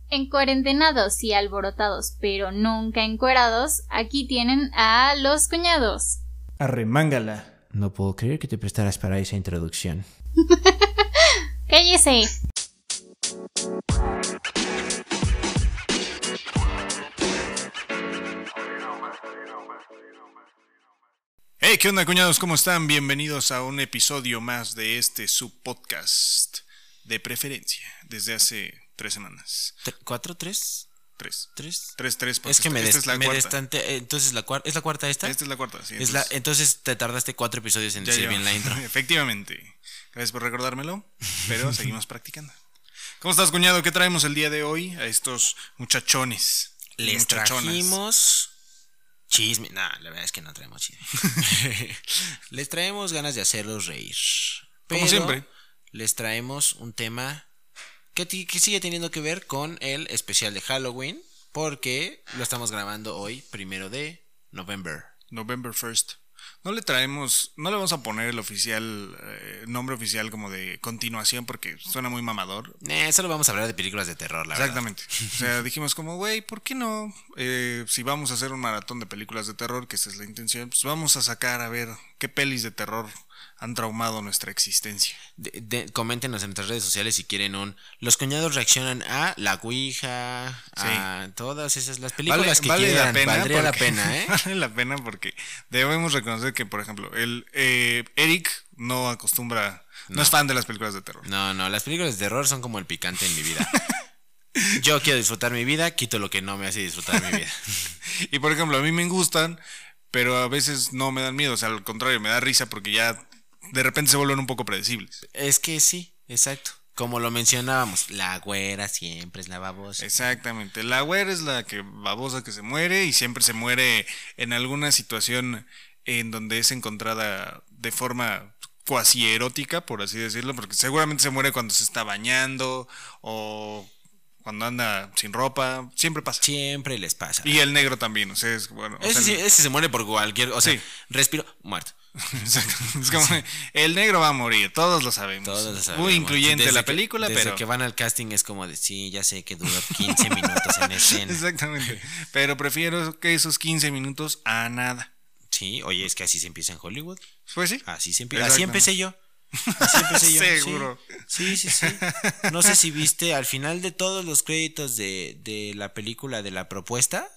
En cuarentenados y alborotados, pero nunca encuerados, aquí tienen a los cuñados. Arremángala. No puedo creer que te prestaras para esa introducción. ¡Cállese! Hey, ¿qué onda, cuñados? ¿Cómo están? Bienvenidos a un episodio más de este subpodcast de preferencia desde hace 3 semanas. ¿4? ¿3? 3. ¿3? 3, Es que esta es la cuarta. destante. Entonces, ¿es la cuarta esta? Esta es la cuarta, sí. Entonces te tardaste 4 episodios en decir bien la intro. Efectivamente. Gracias por recordármelo, pero seguimos practicando. ¿Cómo estás, cuñado? ¿Qué traemos el día de hoy a estos muchachones? Les trajimos chisme. No, la verdad es que no traemos chisme. Les traemos ganas de hacerlos reír. Pero como siempre. Les traemos un tema que sigue teniendo que ver con el especial de Halloween, porque lo estamos grabando hoy, 1 de November 1st. No le vamos a poner el nombre oficial como de continuación porque suena muy mamador. Solo vamos a hablar de películas de terror, la Exactamente. verdad. O sea, dijimos como, güey, ¿por qué no? Si vamos a hacer un maratón de películas de terror, que esa es la intención, pues vamos a sacar a ver qué pelis de terror han traumado nuestra existencia. Coméntenos en nuestras redes sociales si quieren los cuñados reaccionan a La Ouija, a todas esas las películas que quieran. Valdría la pena, ¿eh? Vale la pena porque debemos reconocer que, por ejemplo, Eric no acostumbra, no es fan de las películas de terror. No, las películas de terror son como el picante en mi vida. Yo quiero disfrutar mi vida, quito lo que no me hace disfrutar mi vida. Y por ejemplo, a mí me gustan, pero a veces no me dan miedo, o sea, al contrario, me da risa porque ya de repente se vuelven un poco predecibles. Es que sí, exacto. Como lo mencionábamos, la güera siempre es la babosa. Exactamente, la güera es la babosa que se muere y siempre se muere en alguna situación en donde es encontrada de forma cuasi erótica, por así decirlo, porque seguramente se muere cuando se está bañando o cuando anda sin ropa, siempre pasa. Siempre les pasa. Y el negro también, o sea, es bueno. Ese se muere por cualquier, o sea, sí. Respiro, muerto. Exacto. Es como el negro va a morir, todos lo sabemos. Todos lo sabemos. Muy incluyente la película, desde pero que van al casting es como de sí, ya sé que duró 15 minutos en escena. Exactamente. Pero prefiero que esos 15 minutos a nada. Sí, oye, es que así se empieza en Hollywood. Pues sí. Así se empieza. Así empecé yo. Seguro. Sí. No sé si viste al final de todos los créditos de la película de La Propuesta,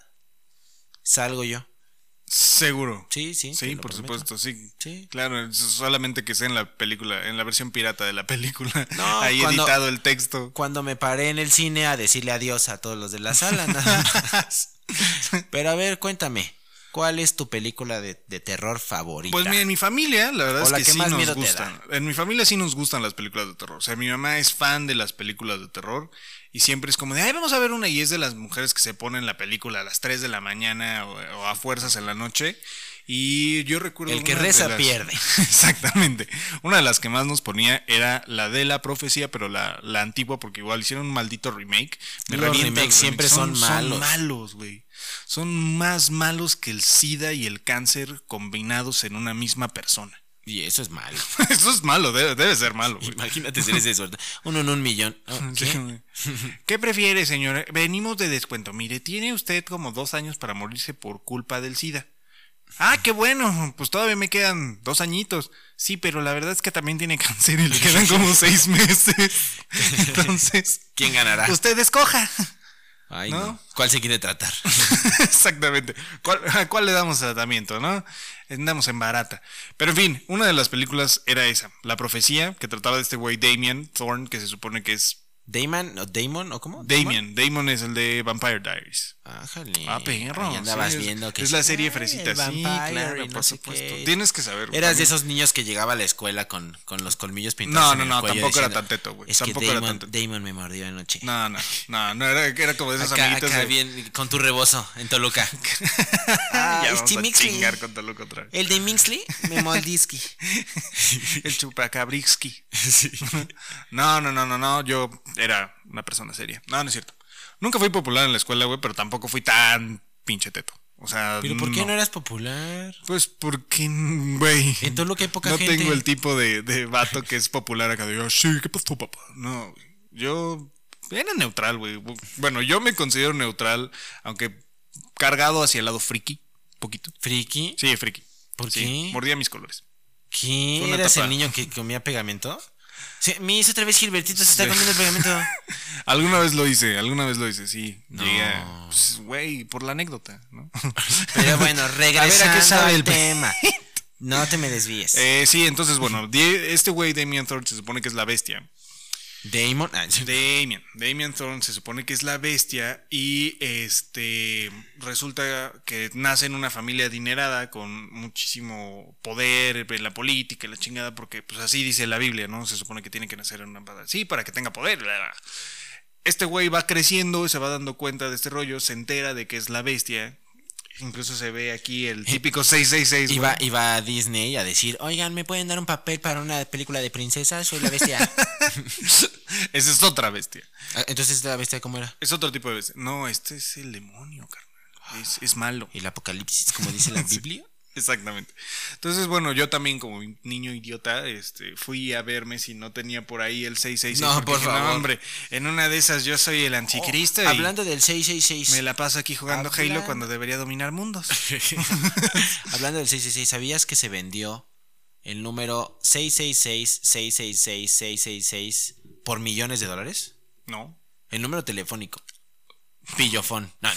salgo yo. Seguro. Sí, por supuesto, sí. Sí. Claro, solamente que sea en la película, en la versión pirata de la película. No, ahí editado el texto. Cuando me paré en el cine a decirle adiós a todos los de la sala, nada más. Pero a ver, cuéntame, ¿cuál es tu película de terror favorita? Pues mira, en mi familia, la verdad es que sí nos gustan. En mi familia sí nos gustan las películas de terror. O sea, mi mamá es fan de las películas de terror. Y siempre es como de, vamos a ver una. Y es de las mujeres que se ponen la película a las 3 de la mañana o a fuerzas en la noche. Y yo recuerdo... El que reza pierde. Exactamente. Una de las que más nos ponía era la de La Profecía, pero la antigua, porque igual hicieron un maldito remake. Los remakes siempre son malos. Son malos, güey. Son más malos que el SIDA y el cáncer combinados en una misma persona. Y eso es malo. Eso es malo, debe ser malo, güey. Imagínate ser ese suerte. Uno en 1,000,000. ¿Qué? ¿Qué prefiere, señora? Venimos de descuento. Mire, tiene usted como 2 años para morirse por culpa del SIDA. Ah, qué bueno, pues todavía me quedan 2 añitos. Sí, pero la verdad es que también tiene cáncer y le quedan como 6 meses. Entonces, ¿quién ganará? Usted escoja. Ay, no. ¿Cuál se quiere tratar? Exactamente. ¿A cuál le damos tratamiento, no? Andamos en barata. Pero en fin, una de las películas era esa, La Profecía, que trataba de este güey Damien Thorne, que se supone que es... ¿Damon o cómo? Damon es el de Vampire Diaries. Ájale. Perro. Ahí andabas viendo que es la serie fresita, sí, claro, no por sé supuesto. Qué. Tienes que saberlo. Eras de esos niños que llegaba a la escuela con los colmillos pintados. No, tampoco era tan teto, güey. Es tampoco era tan teto. Damon me mordió anoche. No, era como de esos amiguitos. Acá bien, con tu rebozo en Toluca. Ya vamos a chingar con Toluca otra vez. El de Mixley me moldiski. El chupacabrixki. Sí. No, yo era una persona seria. No es cierto. Nunca fui popular en la escuela, güey, pero tampoco fui tan pinche teto. O sea, ¿pero por qué no eras popular? Pues porque, güey, en todo lo que hay poca gente. No tengo el tipo de vato que es popular acá. Digo, sí, ¿qué pasó, papá? No, yo Era neutral, güey. Bueno, yo me considero neutral, aunque cargado hacia el lado friki, poquito. ¿Friki? Sí, friki. ¿Por Sí, qué? mordía mis colores. ¿Qué? Fue una ¿Eras etapa. el niño que comía pegamento? Sí, Miss, otra vez Gilbertito se está comiendo el pegamento. Alguna vez lo hice, sí. No. Llegué a, pues, güey, por la anécdota, ¿no? Pero bueno, regresando qué sabe al el tema. No te me desvíes. Sí, entonces, bueno, este güey, Damien Thorne, se supone que es la bestia. Damon. Damien Thorne se supone que es la bestia y resulta que nace en una familia adinerada con muchísimo poder en la política y la chingada, porque pues así dice la Biblia, ¿no? Se supone que tiene que nacer en una sí, para que tenga poder. Bla, bla. Este güey va creciendo y se va dando cuenta de este rollo, se entera de que es la bestia. Incluso se ve aquí el típico 666. Iba a Disney a decir, oigan, ¿me pueden dar un papel para una película de princesa? Soy la bestia. Esa es otra bestia. Entonces, ¿la bestia cómo era? Es otro tipo de bestia. No, este es el demonio, carnal. Es malo. ¿El apocalipsis, como dice la Biblia? Exactamente. Entonces, bueno, yo también como niño idiota, fui a verme si no tenía por ahí el 666. No, por favor. No, hombre, en una de esas yo soy el anticristo y Hablando del 666. me la paso aquí jugando Halo cuando debería dominar mundos. Hablando del 666, ¿sabías que se vendió el número 666-666-666 por millones de dólares? No. El número telefónico. Pillofón. No,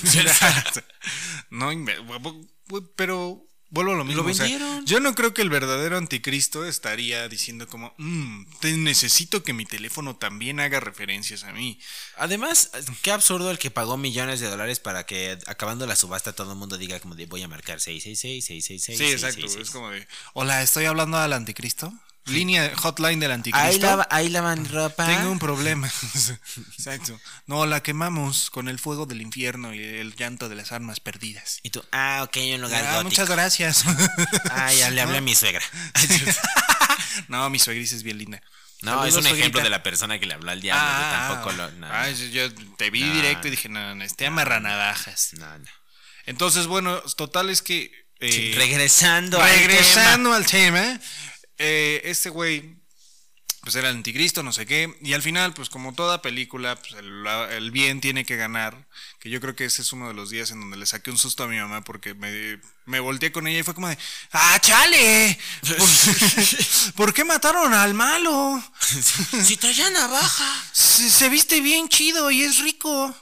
Pero vuelvo a lo mismo. Lo vendieron. Yo no creo que el verdadero anticristo estaría diciendo como, necesito que mi teléfono también haga referencias a mí. Además, qué absurdo el que pagó millones de dólares para que acabando la subasta todo el mundo diga como de voy a marcar 666-666. Sí, exacto. Es como de, hola, estoy hablando al anticristo. Línea hotline del anticristo. Ahí lavan ropa. Tengo un problema. Exacto. No, la quemamos con el fuego del infierno y el llanto de las almas perdidas. Y tú, ok, un lugar gótico. Muchas gracias. Ya le hablé a mi suegra. No, mi suegriza es bien linda. No, Saludos, es un ejemplo suegrita. de la persona que le habló al diablo. Yo tampoco lo. No, yo te vi No. directo y dije, no, amarranavajas. no. Entonces, bueno, total es que. Regresando al tema. Este güey pues era el anticristo, no sé qué, y al final pues como toda película pues el bien tiene que ganar, que yo creo que ese es uno de los días en donde le saqué un susto a mi mamá porque me volteé con ella y fue como de chale, ¿por qué mataron al malo? Si traía navaja. Se viste bien chido y es rico.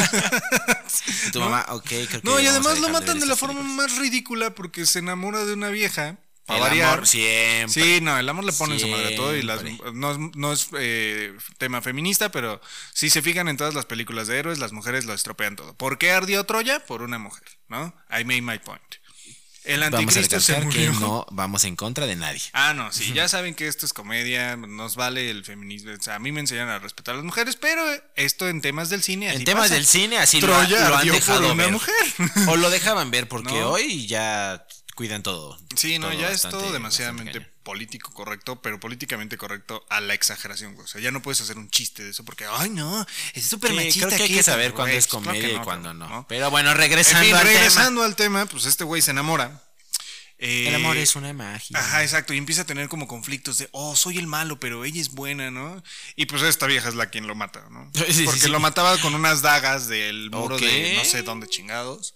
Tu mamá, creo que No, y vamos a además lo dejar de matan ver de la estas forma películas. más ridícula porque se enamora de una vieja. El amor siempre. Sí, no, el amor le pone en su madre a todo y Siempre. no es tema feminista, pero si se fijan en todas las películas de héroes, las mujeres lo estropean todo. ¿Por qué ardió Troya? Por una mujer, ¿no? I made my point. El Vamos a anticristo se recalcar que murió. no vamos en contra de nadie. No, sí, ya saben que esto es comedia, nos vale el feminismo. O sea, a mí me enseñan a respetar a las mujeres, pero esto en temas del cine. En así temas pasa. del cine, así Troya lo han ardió dejado por una ver. mujer. O lo dejaban ver porque No. hoy ya cuidan todo. Sí, no, Todo ya es bastante- todo demasiadamente bastante cañón. político correcto, pero políticamente correcto a la exageración, güey. O sea, ya no puedes hacer un chiste de eso porque, ay, no, es súper Sí, machista. creo que hay aquí, que saber güey, cuándo es pues, claro comedia que y no, cuándo cabrón, no. Pero bueno, En regresando fin, al regresando al tema, pues este güey se enamora. tema. El amor es una magia. Ajá, exacto, y empieza a tener como conflictos de, soy el malo, pero ella es buena, ¿no? Y pues esta vieja es la quien lo mata, ¿no? Sí, Porque sí. lo mataba con unas dagas del muro Ok. de no sé dónde chingados.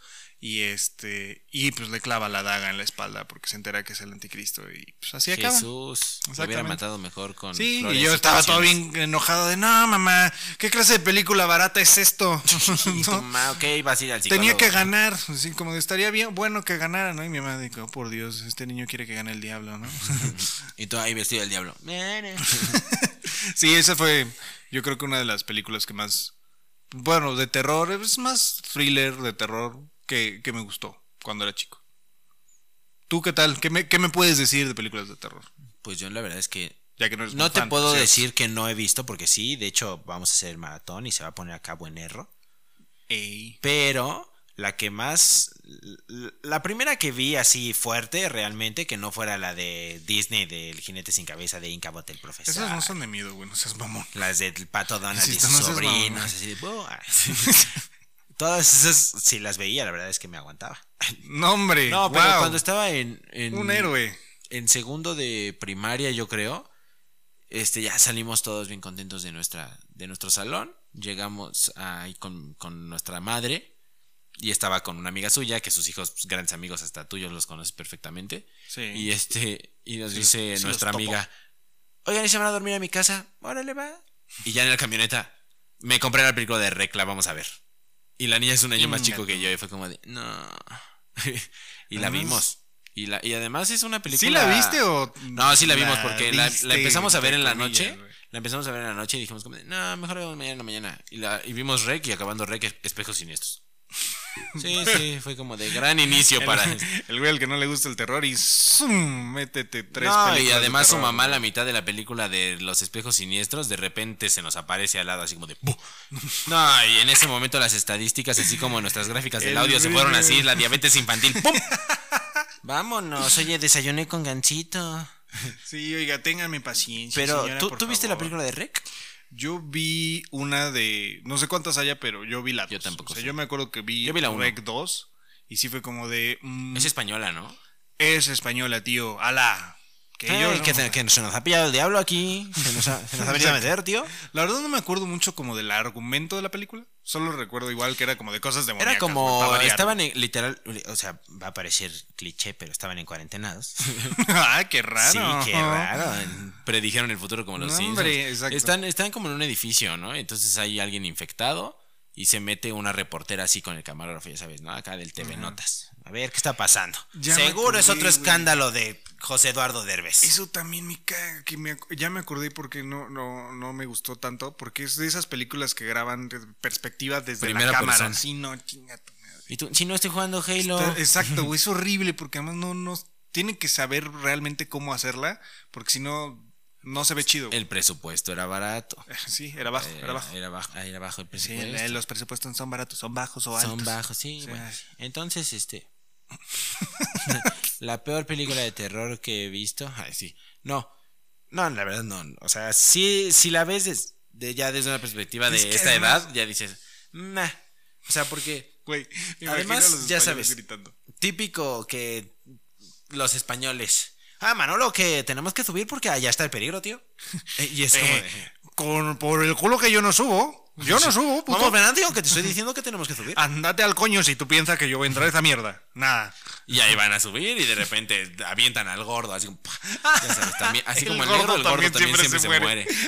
Y pues le clava la daga en la espalda porque se entera que es el anticristo y pues así acaba. Jesús. Lo hubiera Exactamente. matado mejor con Sí, flores y yo estaba todo pociones. bien enojado de, no, mamá, ¿qué clase de película barata es esto? Y tu ¿No? mamá, vas a ir al psicólogo. Tenía que ganar, así como de, estaría bien, bueno que ganara, ¿no? Y mi mamá dijo, por Dios, este niño quiere que gane el diablo, ¿no? Y tú ahí vestido del diablo. Sí, esa fue, yo creo que una de las películas que más, bueno, de terror, es más thriller de terror que me gustó cuando era chico. ¿Tú qué tal? ¿Qué me puedes decir de películas de terror? Pues yo la verdad es que Ya que no eres no muy te fan, puedo ¿cierto? decir que no he visto porque sí, de hecho vamos a hacer el maratón y se va a poner a cabo en Erro. Ey. Pero la que más, la primera que vi así fuerte realmente, que no fuera la de Disney del jinete sin cabeza de Inca Bot el profesor. Esas no son de miedo, güey, no seas mamón. Las del Pato Donald y Insisto, sus no seas sobrinos, mamón. así de "Buah". Todas esas, si las veía, la verdad es que me aguantaba. No, hombre. No, pero wow. cuando estaba en Un héroe. en segundo de primaria, yo creo, ya salimos todos bien contentos de nuestro salón. Llegamos ahí con nuestra madre. Y estaba con una amiga suya, que sus hijos, pues, grandes amigos, hasta tuyos los conoces perfectamente. Sí. Y nos dice sí nuestra los topo. amiga, oigan, ¿y se van a dormir a mi casa? Órale, va. Y ya en la camioneta, me compré la película de Rec, la vamos a ver. Y la niña es un año más chico que yo, y fue como de, no. Y la vimos. Y además es una película... ¿Sí la viste o...? No, sí la vimos porque la empezamos a ver en la entre noche. comillas, güey? La empezamos a ver en la noche y dijimos como de, no, mejor vemos mañana en la mañana. Y vimos Rec y acabando Rec, Espejos Siniestros. Sí, fue como de gran inicio para... El güey al que no le gusta el terror y ¡zum! Métete 3 No, películas y de además su terror, mamá, güey. la mitad de la película de Los Espejos Siniestros, de repente se nos aparece al lado así como de ¡buh! No, y en ese momento las estadísticas, así como nuestras gráficas del El audio, se brillo. fueron así, la diabetes infantil, ¡pum! Vámonos, oye, desayuné con gansito. Sí, oiga, ténganme paciencia, Pero, señora, por ¿tú viste la favor. película de Rec? Yo vi una de... No sé cuántas haya, pero yo vi la 2. Yo tampoco O sea, sé. yo me acuerdo que vi Yo vi la uno. Rec 2 y sí fue como de... Es española, ¿no? es española, tío. ¡Hala! Que yo no- que se nos ha pillado el diablo aquí. Se nos ha venido a meter, tío. La verdad no me acuerdo mucho como del argumento de la película. Solo recuerdo igual que era como de cosas demoníacas. Era güey, como... para variar. Estaban literal... O sea, va a parecer cliché, pero estaban en cuarentenados. ¡Ah, qué raro! Sí, qué raro. Predijeron el futuro como los No, Simpsons. hombre, exacto. Están como en un edificio, ¿no? Entonces hay alguien infectado y se mete una reportera así con el camarógrafo, ya sabes, ¿no? Acá del TV Notas. A ver, ¿qué está pasando? Ya me Seguro es acordé, otro güey. escándalo de José Eduardo Derbez. Eso también me caga, que ya me acordé porque no me gustó tanto, porque es de esas películas que graban de perspectiva desde Primera la cámara. persona. Sí, no, chinga tu madre. Y tú, si no estoy jugando Halo. Exacto, güey, es horrible porque además no tienen que saber realmente cómo hacerla, porque si no, no se ve chido. güey. El presupuesto era barato. Sí, era bajo, era bajo. Era bajo el Sí, presupuesto. los presupuestos son baratos, son bajos o altos. Son bajos, sí, Sí. bueno. Entonces, la peor película de terror que he visto. Ay, sí. No, la verdad no. O sea, si la ves ya desde una perspectiva de Es que esta además- edad, ya dices, nah. O sea, porque Güey, me además, imagino a los ya españoles sabes, gritando. típico que los españoles. Manolo, que tenemos que subir porque allá está el peligro, tío. Y es como de, Por el culo que yo no subo. Yo no subo, puto. vamos, Venancio, que te estoy diciendo que tenemos que subir. Andate al coño si tú piensas que yo voy a entrar a esa mierda. Nada. Y ahí van a subir y de repente avientan al gordo, así como, ya sabes, también, así El como el gordo negro, el gordo también también siempre siempre se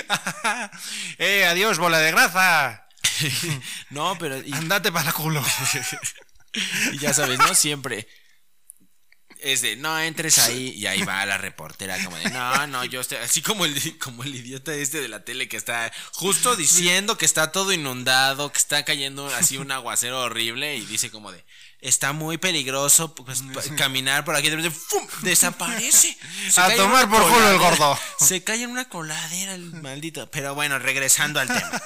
se muere. Adiós, bola de grasa. No, pero Andate para el culo. y ya sabes, ¿no? Siempre es de, no entres ahí, y ahí va la reportera como de, no, yo estoy, así como el idiota de la tele que está justo diciendo que está todo inundado, que está cayendo así un aguacero horrible y dice como de, está muy peligroso pues, caminar por aquí, de repente, ¡fum! Desaparece. Se A cae en tomar una por culo el coladera. gordo. Se cae en una coladera el maldito. Pero bueno, regresando al tema.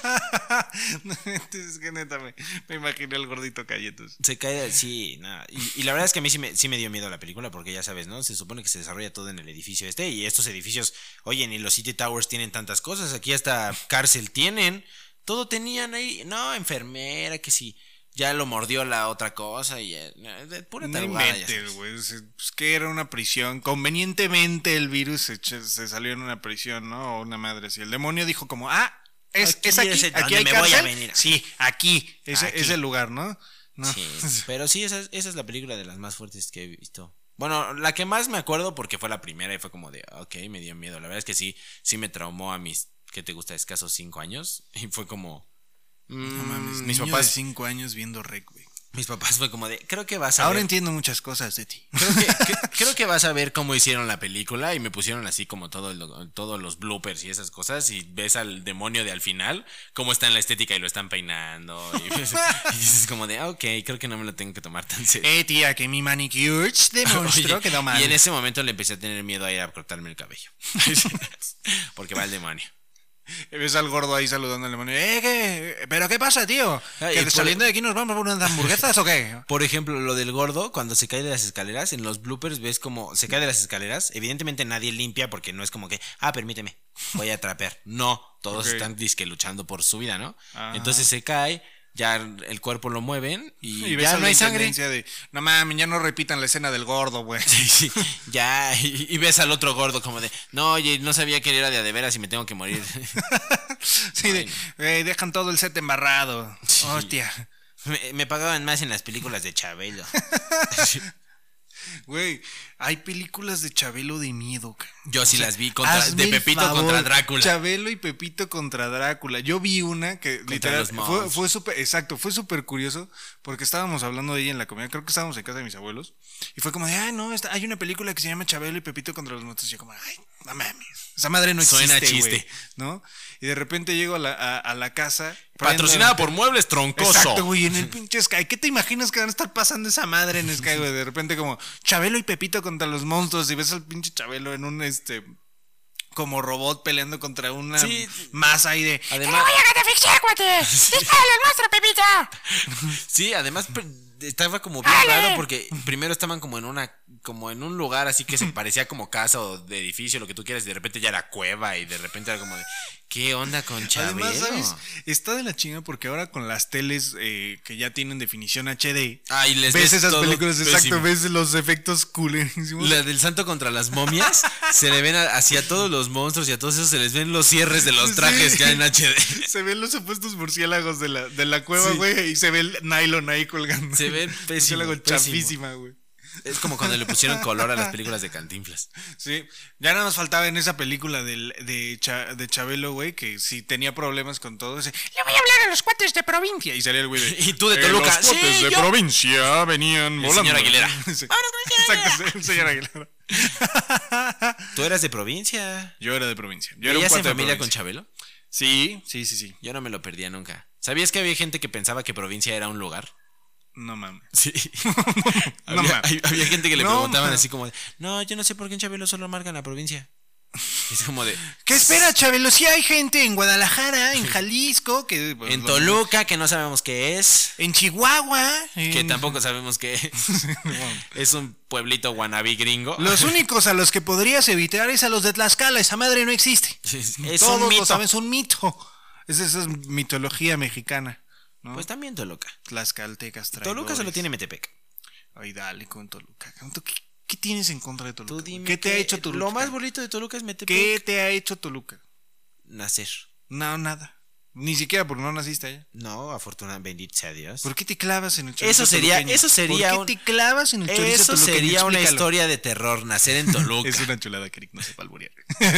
Es que neta me imaginé al gordito cayéndose. Se cae, sí, nada. Y la verdad es que a mí sí me dio miedo la película porque ya sabes, ¿no? Se supone que se desarrolla todo en el edificio y estos edificios, oye, ni los City Towers tienen tantas cosas, aquí hasta cárcel tienen, todo tenían ahí, no, enfermera, que sí, ya lo mordió la otra cosa y de pura No tarugada, ya inventes, sabes. güey. Pues que era una prisión. Convenientemente el virus se salió en una prisión, ¿no? O una madre así. El demonio dijo como, es aquí, es aquí donde hay me voy a cárcel. venir. Sí, aquí. Aquí. Es el lugar, ¿no? No. Sí, pero sí, esa es la película de las más fuertes que he visto. Bueno, la que más me acuerdo porque fue la primera y fue como de, ok, me dio miedo. La verdad es que sí me traumó a mis, ¿qué te gusta? Escasos 5 años. Y fue como... No mames, mis niño papás de 5 años viendo Rec, güey. Mis papás fue como de, creo que vas a Ahora ver, entiendo muchas cosas de ti. creo que vas a ver cómo hicieron la película y me pusieron así como todos los bloopers y esas cosas y ves al demonio de al final, cómo está en la estética y lo están peinando y dices como de, ok, creo que no me lo tengo que tomar tan serio. Tía, que mi manicure de monstruo Oye, quedó mal. y en ese momento le empecé a tener miedo a ir a cortarme el cabello. Porque va el demonio. Ves al gordo ahí saludando al demonio. ¿Pero qué pasa, tío? Ay, ¿Que por- saliendo de aquí nos vamos por unas hamburguesas o qué? Por ejemplo, lo del gordo, cuando se cae de las escaleras, en los bloopers ves como se cae de las escaleras. Evidentemente nadie limpia porque no es como que, permíteme, voy a trapear. No, todos Ok. están disque luchando por su vida, ¿no? Ajá. Entonces se cae, ya el cuerpo lo mueven y ves ya a no hay la sangre. intendencia de, no mames, ya no repitan la escena del gordo, güey. Sí, ya, y ves al otro gordo como de, no, oye, no sabía que era de veras y me tengo que morir. Sí, dejan todo el set embarrado. Sí. Hostia. Me pagaban más en las películas de Chabelo. Güey, hay películas de Chabelo de miedo. Yo sí las vi hazme de el Pepito favor, contra Drácula. Chabelo y Pepito contra Drácula. Yo vi una que literal los monstruos. fue súper, exacto, fue súper curioso porque estábamos hablando de ella en la comida, creo que estábamos en casa de mis abuelos y fue como de, ay no, hay una película que se llama Chabelo y Pepito contra los monstruos. Y yo como, ay, no mames, esa madre no existe, Suena chiste, güey, ¿no? Y de repente llego a la casa. Patrocinada por Muebles Troncoso. Exacto, güey, en el pinche Sky. ¿Qué te imaginas que van a estar pasando esa madre en Sky, güey? De repente como Chabelo y Pepito contra los monstruos y ves al pinche Chabelo en un como robot peleando contra una masa ahí de Además, ¡Voy a catafixiar, cuate! ¡Dispárale al monstruo, Pepito! sí, además estaba como bien raro porque primero estaban como en un lugar así que se parecía como casa o de edificio, lo que tú quieras, y de repente ya era cueva y de repente era como de, ¿qué onda con Chabelo? Además, ¿sabes? Está de la chinga porque ahora con las teles que ya tienen definición HD, Y les ves esas todo películas, pésimo. exacto, ves los efectos culerísimos. La del santo contra las momias, se le ven hacia todos los monstruos y a todos esos se les ven los cierres de los trajes ya en HD. Se ven los supuestos murciélagos de la cueva, Sí. güey, y se ve el nylon ahí colgando. Se ven pésimo, Murciélago pésimo. chafísima, güey. Es como cuando le pusieron color a las películas de Cantinflas. Sí, ya no nos faltaba en esa película de Chabelo, güey, que si tenía problemas con todo ese. Le voy a hablar a los cuates de provincia. Y salía el güey de. Y tú de Toluca. Los cuates Sí, de yo. provincia venían El volando. señor Aguilera. Sí. Exacto, el señor Aguilera. Tú eras de provincia. Yo era de provincia. Yo era un ¿Vivías en cuate de familia con provincia. Chabelo? Sí. Yo no me lo perdía nunca. ¿Sabías que había gente que pensaba que provincia era un lugar? No mames. Sí. No mames. había gente que le No, preguntaban mames. así como de, no, yo no sé por qué en Chabelo solo marcan la provincia. Y es como de, ¿Qué espera, Chabelo? Si hay gente en Guadalajara, en Jalisco, que pues, en Toluca, que no sabemos qué es. en Chihuahua, Que tampoco sabemos qué es. Es un pueblito wannabe gringo. Los únicos a los que podrías evitar es a los de Tlaxcala. Esa madre no existe. Es Todos un lo mito. saben, es un mito. Esa es mitología mexicana, ¿no? Pues también Toluca. Tlaxcaltecas traidores. Toluca solo tiene Metepec. Ay, dale con Toluca. ¿Qué tienes en contra de Toluca? Tú dime ¿Qué te ha que hecho Toluca? Lo más bonito de Toluca es Metepec. ¿Qué te ha hecho Toluca? Nacer. No, nada. Ni siquiera porque no naciste allá. No, afortunadamente, bendito sea Dios. ¿Por qué te clavas en el chorizo Eso sería toluqueño? ¿Por qué te clavas en el chorizo Eso toluqueño? sería una Explícalo. historia de terror, nacer en Toluca. Es una chulada que Eric no sepa alburear.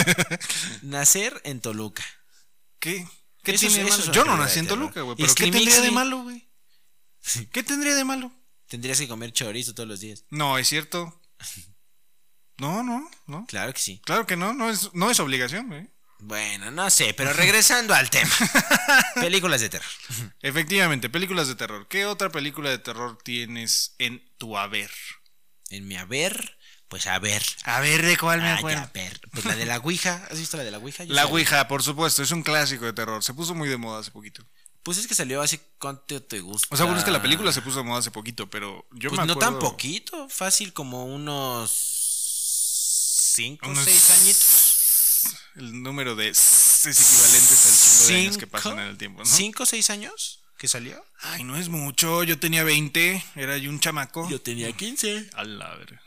Nacer en Toluca. ¿Qué? ¿Qué Eso tiene de es malo? una Yo no película nací de en terror. Toluca, güey. Y ¿Pero qué tendría Screamixi. de malo, güey? ¿Qué tendría de malo? Tendrías que comer chorizo todos los días. No, es cierto. No. Claro que sí. Claro que no es obligación, güey. Bueno, no sé, pero regresando al tema. Películas de terror. Efectivamente, películas de terror. ¿Qué otra película de terror tienes en tu haber? En mi haber, pues a ver. A ver, ¿de cuál me Ay, acuerdo? a ver. Pues la de la Ouija. ¿Has visto la de la Ouija? Yo La sí Ouija, por supuesto, es un clásico de terror. Se puso muy de moda hace poquito. Pues es que salió hace cuánto te gusta. O sea, bueno, es que la película se puso de moda hace poquito, pero yo Pues me no acuerdo... tan poquito, fácil como unos 5 o Unos 6 añitos. El número de es equivalentes al chingo de años que pasan en el tiempo, ¿no? 5 o 6 años que salió. Ay, no es mucho. Yo tenía 20, era yo un chamaco. Yo tenía 15. A la verga.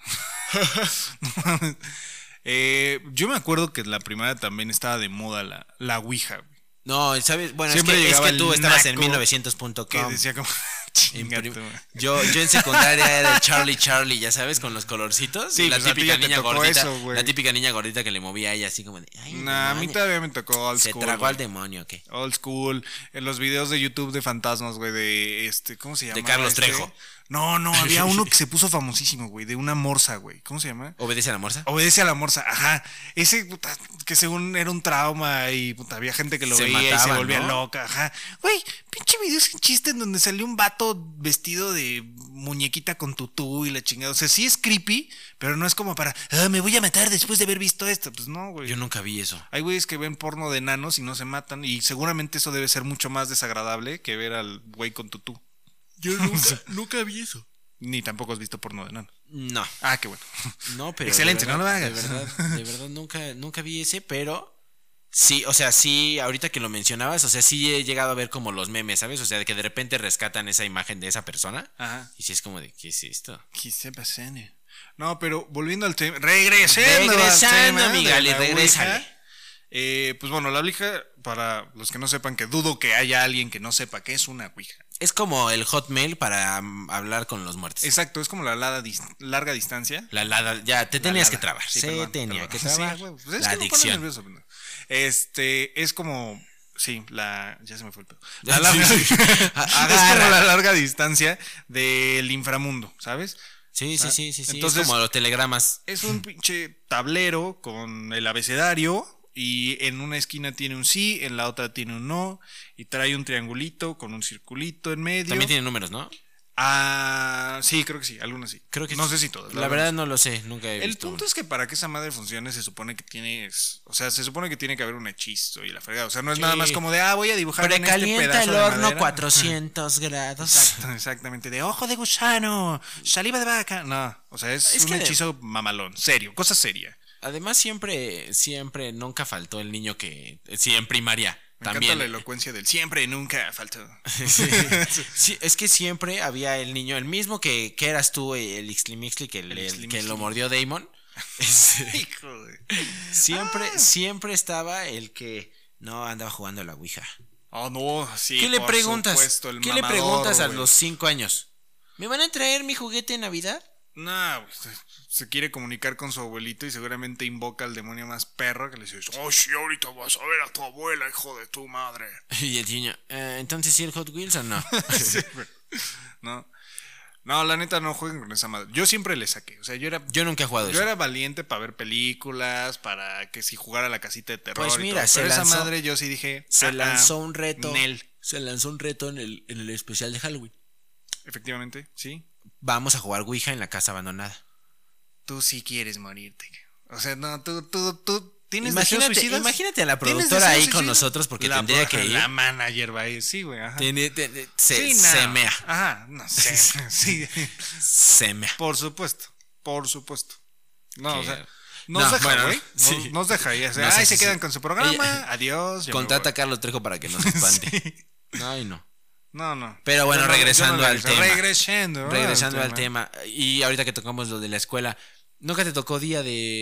Yo me acuerdo que la primera también estaba de moda la Ouija, güey. No, ¿sabes? Bueno, Siempre es llegaba que tú el estabas en naco 1900.com. Que decía como... En chinga prim- tu- yo en secundaria era Charlie, ya sabes, con los colorcitos. Sí, la pues a ti típica ya te niña tocó gordita. eso, güey. La típica niña gordita que le movía a ella así como de. Ay, Nah, a mí demonio. todavía me tocó old Se school. tragó güey. al demonio, ¿qué? Old school. En los videos de YouTube de fantasmas, güey, de ¿cómo se llama? Carlos Trejo. No, había uno que se puso famosísimo, güey, de una morsa, güey. ¿Cómo se llama? ¿Obedece a la morsa? Obedece a la morsa, ajá. Ese, puta, que según era un trauma y puta, había gente que lo Se veía y se mataban, volvía ¿no? loca, ajá. Güey, pinche video sin chiste en donde salió un vato vestido de muñequita con tutú y la chingada. O sea, sí es creepy, pero no es como para, me voy a matar después de haber visto esto. Pues no, güey. Yo nunca vi eso. Hay güeyes que ven porno de enanos y no se matan y seguramente eso debe ser mucho más desagradable que ver al güey con tutú. Yo nunca vi eso. Ni tampoco has visto porno de enanos. No, Ah, qué bueno. no, pero. Excelente, de no lo verdad, hagas. De verdad, nunca vi ese, pero Sí, o sea, sí, ahorita que lo mencionabas, o sea, sí he llegado a ver como los memes, ¿sabes? O sea, de que de repente rescatan esa imagen de esa persona. Ajá. Y sí es como de, ¿qué es esto? ¿Qué se pasa? No, pero volviendo al tema. Regresando, Regresando, al tema mi de Gali, la regrésale. Ouija. Pues bueno, la Ouija, para los que no sepan, que dudo que haya alguien que no sepa qué es una Ouija. Es como el Hotmail para hablar con los muertos. Exacto, es como la larga distancia. Ya, te tenías que Lada. trabar. Sí, Se perdón, tenía perdón. que trabar. Sí, güey, pues es La que me pone adicción. nervioso, pendejo. Es como. Sí, ya se me fue el pedo. Sí, sí. Es como Agarra. la larga distancia del inframundo, ¿sabes? Sí. Entonces- es como los telegramas. Es un pinche tablero con el abecedario y en una esquina tiene un sí, en la otra tiene un no y trae un triangulito con un circulito en medio. También tiene números, ¿no? Ah, sí, creo que sí, algunas sí. Creo que no sí. sé si todas. La verdad no lo sé, nunca he El visto. punto es que para que esa madre funcione se supone que se supone que tiene que haber un hechizo y la fregada. O sea, no es Sí. nada más como de, voy a dibujar en este Precalienta pedazo el de horno madera. 400 grados. Exactamente, de ojo de gusano, saliva de vaca. No, o sea, es Es un que hechizo mamalón, serio, cosa seria. Además, siempre, nunca faltó el niño que. Sí, en primaria. Me También. encanta la elocuencia del siempre, nunca faltó. Sí. Sí, es que siempre había el niño, el mismo que eras tú, el Ixtlimixtli, que Ixtlimixli. lo mordió Damon. Hijo de... Siempre estaba el que no andaba jugando a la Ouija. Oh, no, sí. ¿Qué le por preguntas? supuesto, el ¿Qué le mamador, preguntas a güey. los 5 años? ¿Me van a traer mi juguete en Navidad? No, güey, se quiere comunicar con su abuelito y seguramente invoca al demonio más perro que le dice, oh, sí, ahorita vas a ver a tu abuela, hijo de tu madre. Y el niño, entonces sí el Hot Wheels o no. Sí, güey. No, la neta no jueguen con esa madre. Yo siempre le saqué, o sea, Yo nunca he jugado yo eso. era valiente para ver películas, para que si jugara a la casita de terror Pues y mira, todo. se Pero esa lanzó- madre yo sí dije, Se lanzó un reto. Nel. Se lanzó un reto en el especial de Halloween. Efectivamente, sí. Vamos a jugar Ouija en la casa abandonada. Tú sí quieres morirte. O sea, no, tú tienes deseos suicidas. Imagínate a la ¿Tienes productora ahí deseos con suicidas? nosotros porque tendría que ir. La manager va a ir, sí, güey, ajá. Se Sí, no. semea. Ajá, no sé. Sí. Semea. Por supuesto. No, o Que- sea, No, nos deja, bueno, güey. sí. Nos deja y así, No sé ay, si se sí. quedan con su programa, Ella- adiós. yo me Contrata a voy. Carlos Trejo para que nos espante. Sí. Ay, no. No. Pero bueno, Yo no regresando al regreso. tema. Regresando al tema. Y ahorita que tocamos lo de la escuela. ¿Nunca te tocó día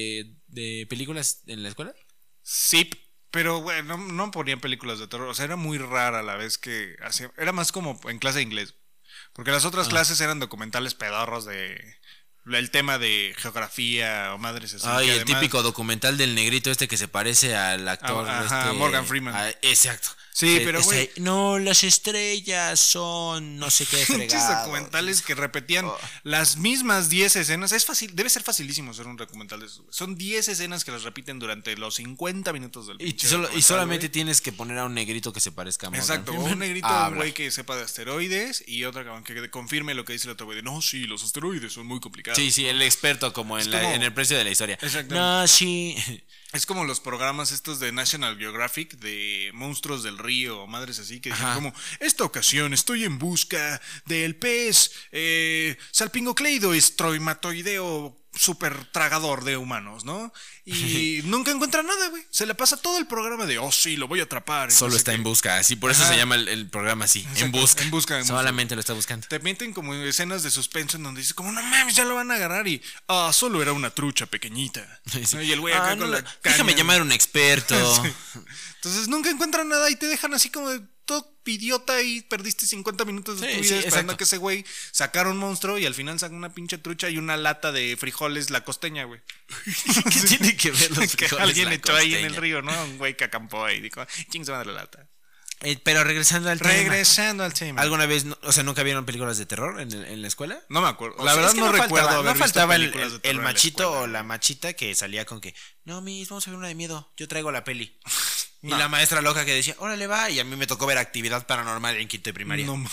de películas en la escuela? Sí, pero güey, no ponían películas de terror. O sea, era muy rara la vez que hacía. Era más como en clase de inglés. Porque las otras clases eran documentales pedorros de. El tema de geografía o madres así. Ay, que el además- típico documental del negrito este que se parece al actor. Ajá, Morgan Freeman. Exacto. Sí, pero, Ese- güey. No, las estrellas son no sé qué Pinches fregado. documentales que repetían Oh. las mismas 10 escenas. Es fácil, debe ser facilísimo hacer un documental de eso. Son 10 escenas que las repiten durante los 50 minutos del Y, pinche solo, y documental, solamente güey. tienes que poner a un negrito que se parezca a Morgan Exacto, Freeman. un negrito, un Habla. güey que sepa de asteroides y otro cabrón que confirme lo que dice el otro güey de, no, sí, los asteroides son muy complicados. Sí, el experto como en, Es como- en el precio de la historia. Exactamente. No, sí. Es como los programas estos de National Geographic de monstruos del río o madres así que dicen Ajá. como, esta ocasión estoy en busca del pez salpingocleido estroimatoideo super tragador de humanos, ¿no? Y nunca encuentra nada, güey. Se le pasa todo el programa de, oh sí, lo voy a atrapar. y Solo no sé está qué. en busca. Así por eso Ajá. se llama el programa así. Exacto, En busca. en busca. Solamente lo está buscando. Te meten como escenas de suspenso en donde dices como, no mames, ya lo van a agarrar y, solo era una trucha pequeñita. Sí. Y el güey acá No, con la déjame caña. llamar a un experto. Sí. Entonces nunca encuentran nada y te dejan así como de todo idiota y perdiste 50 minutos de Sí, tu vida sí, esperando exacto. a que ese güey sacara un monstruo y al final saca una pinche trucha y una lata de frijoles la costeña, güey. ¿Qué tiene que ver los Que frijoles alguien la echó ahí en el costeña? río, ¿no? Un güey que acampó ahí. Dijo, ching, se va a dar la lata. Pero regresando al tema. Regresando al tema. ¿Alguna vez, o sea, nunca vieron películas de terror en la escuela? No me acuerdo. O La sea, verdad es que no recuerdo faltaba, haber no faltaba visto películas de terror el en la machito escuela, o la güey. machita que salía con que, no, mis, vamos a ver una de miedo, yo traigo la peli. No. Y la maestra loca que decía, órale va, y a mí me tocó ver Actividad Paranormal en quinto de primaria. No,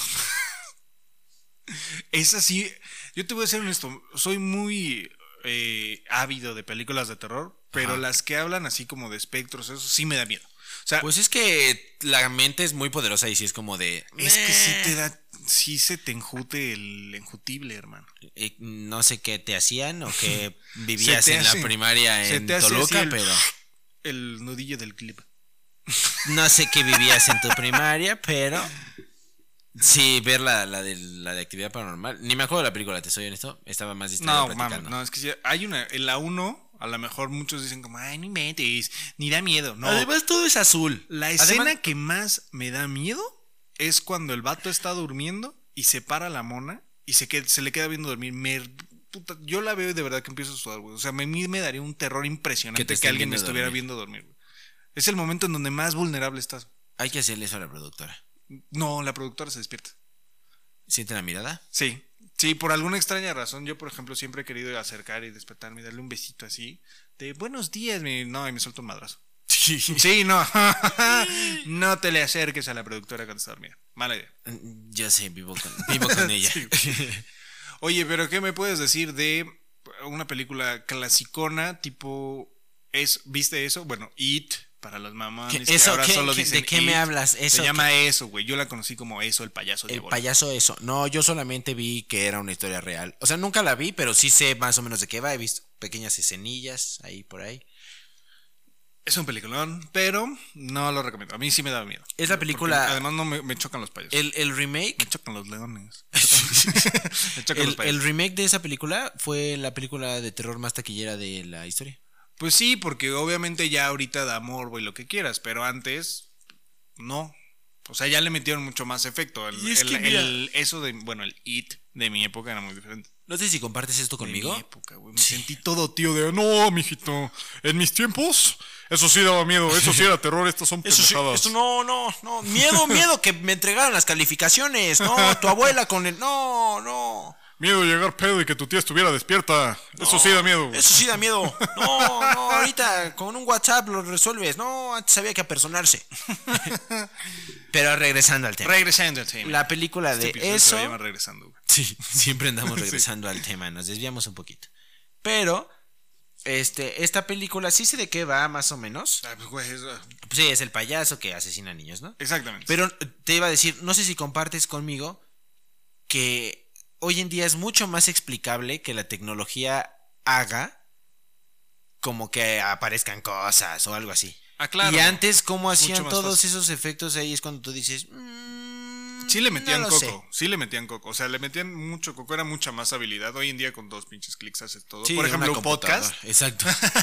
es así. Yo te voy a ser honesto. Soy muy ávido de películas de terror, pero Ajá. las que hablan así como de espectros, eso sí me da miedo. O sea, Pues es que la mente es muy poderosa y sí es como de... es que sí te da, sí se te enjute el enjutible, hermano. No sé qué te hacían o qué vivías Se te en hace- la primaria se en te hace así Toluca, el- pero... El nudillo del clip. No sé qué vivías en tu primaria, pero sí, ver la de actividad paranormal. Ni me acuerdo de la película, te soy honesto. Estaba más distraído No, platicando. mames, no, es que sí, hay una, en la 1, a lo mejor muchos dicen como, ay, no inventes, ni da miedo. No, Además, todo es azul. la escena que más me da miedo es cuando el vato está durmiendo y se para la mona y se le queda viendo dormir. Puta, yo la veo y de verdad que empiezo a sudar, güey. O sea, a mí me daría un terror impresionante que estén alguien me viendo estuviera dormir. viendo dormir, güey. Es el momento en donde más vulnerable estás. Hay que hacerle eso a la productora. No, la productora se despierta. ¿Siente la mirada? Sí, sí, por alguna extraña razón, yo por ejemplo siempre he querido acercar y despertarme y darle un besito así, de buenos días, no, y me suelto un madrazo. Sí, no, no te le acerques a la productora cuando está dormida, mala idea. Yo sé, vivo con ella. Sí. Oye, pero ¿qué me puedes decir de una película clasicona tipo, ¿viste eso? Bueno, It, para los mamones que ¿Eso ahora qué? solo dicen ¿De qué me It. hablas? ¿Eso Se qué? llama Eso, güey, yo la conocí como Eso, el payaso El diabólico. payaso eso. No, yo solamente vi que era una historia real. O sea, nunca la vi, pero sí sé más o menos de qué va. He visto pequeñas escenillas ahí por ahí. Es un peliculón, pero no lo recomiendo. A mí sí me da miedo. Es la película- Porque además no me chocan los payasos. El remake. Me chocan los leones. Me chocan los El payasos. remake de esa película fue la película de terror más taquillera de la historia. Pues sí, porque obviamente ya ahorita da morbo y lo que quieras, pero antes no. O sea, ya le metieron mucho más efecto. Y es que mira- Eso de, bueno, el It de mi época era muy diferente. No sé si compartes esto conmigo. De mi época, güey. Me sentí todo tío de, no, mijito, en mis tiempos, eso sí daba miedo, eso sí era terror, estas son Eso sí, pendejadas. esto no. Miedo que me entregaran las calificaciones. No, tu abuela con el. No. Miedo de llegar pedo y que tu tía estuviera despierta. Eso sí da miedo. Eso sí da miedo. No, ahorita con un WhatsApp lo resuelves. No, antes había que apersonarse. Pero regresando al tema. Regresando al tema. La película de Este episodio eso. se va a llamar regresando, güey. Sí, siempre andamos regresando al tema, nos desviamos un poquito. Pero, esta película sí sé de qué va más o menos. Ah, pues, güey, Pues sí, es el payaso que asesina niños, ¿no? exactamente. Pero te iba a decir, no sé si compartes conmigo que hoy en día es mucho más explicable que la tecnología haga como que aparezcan cosas o algo así. Claro. Y antes, ¿cómo Mucho hacían más todos fácil. esos efectos ahí? Es cuando tú dices... Sí le metían no lo coco, sé. sí le metían coco. O sea, le metían mucho coco, era mucha más habilidad. Hoy en día con 2 pinches clics haces todo. Sí, Por ejemplo, una un podcast. computadora. Exacto.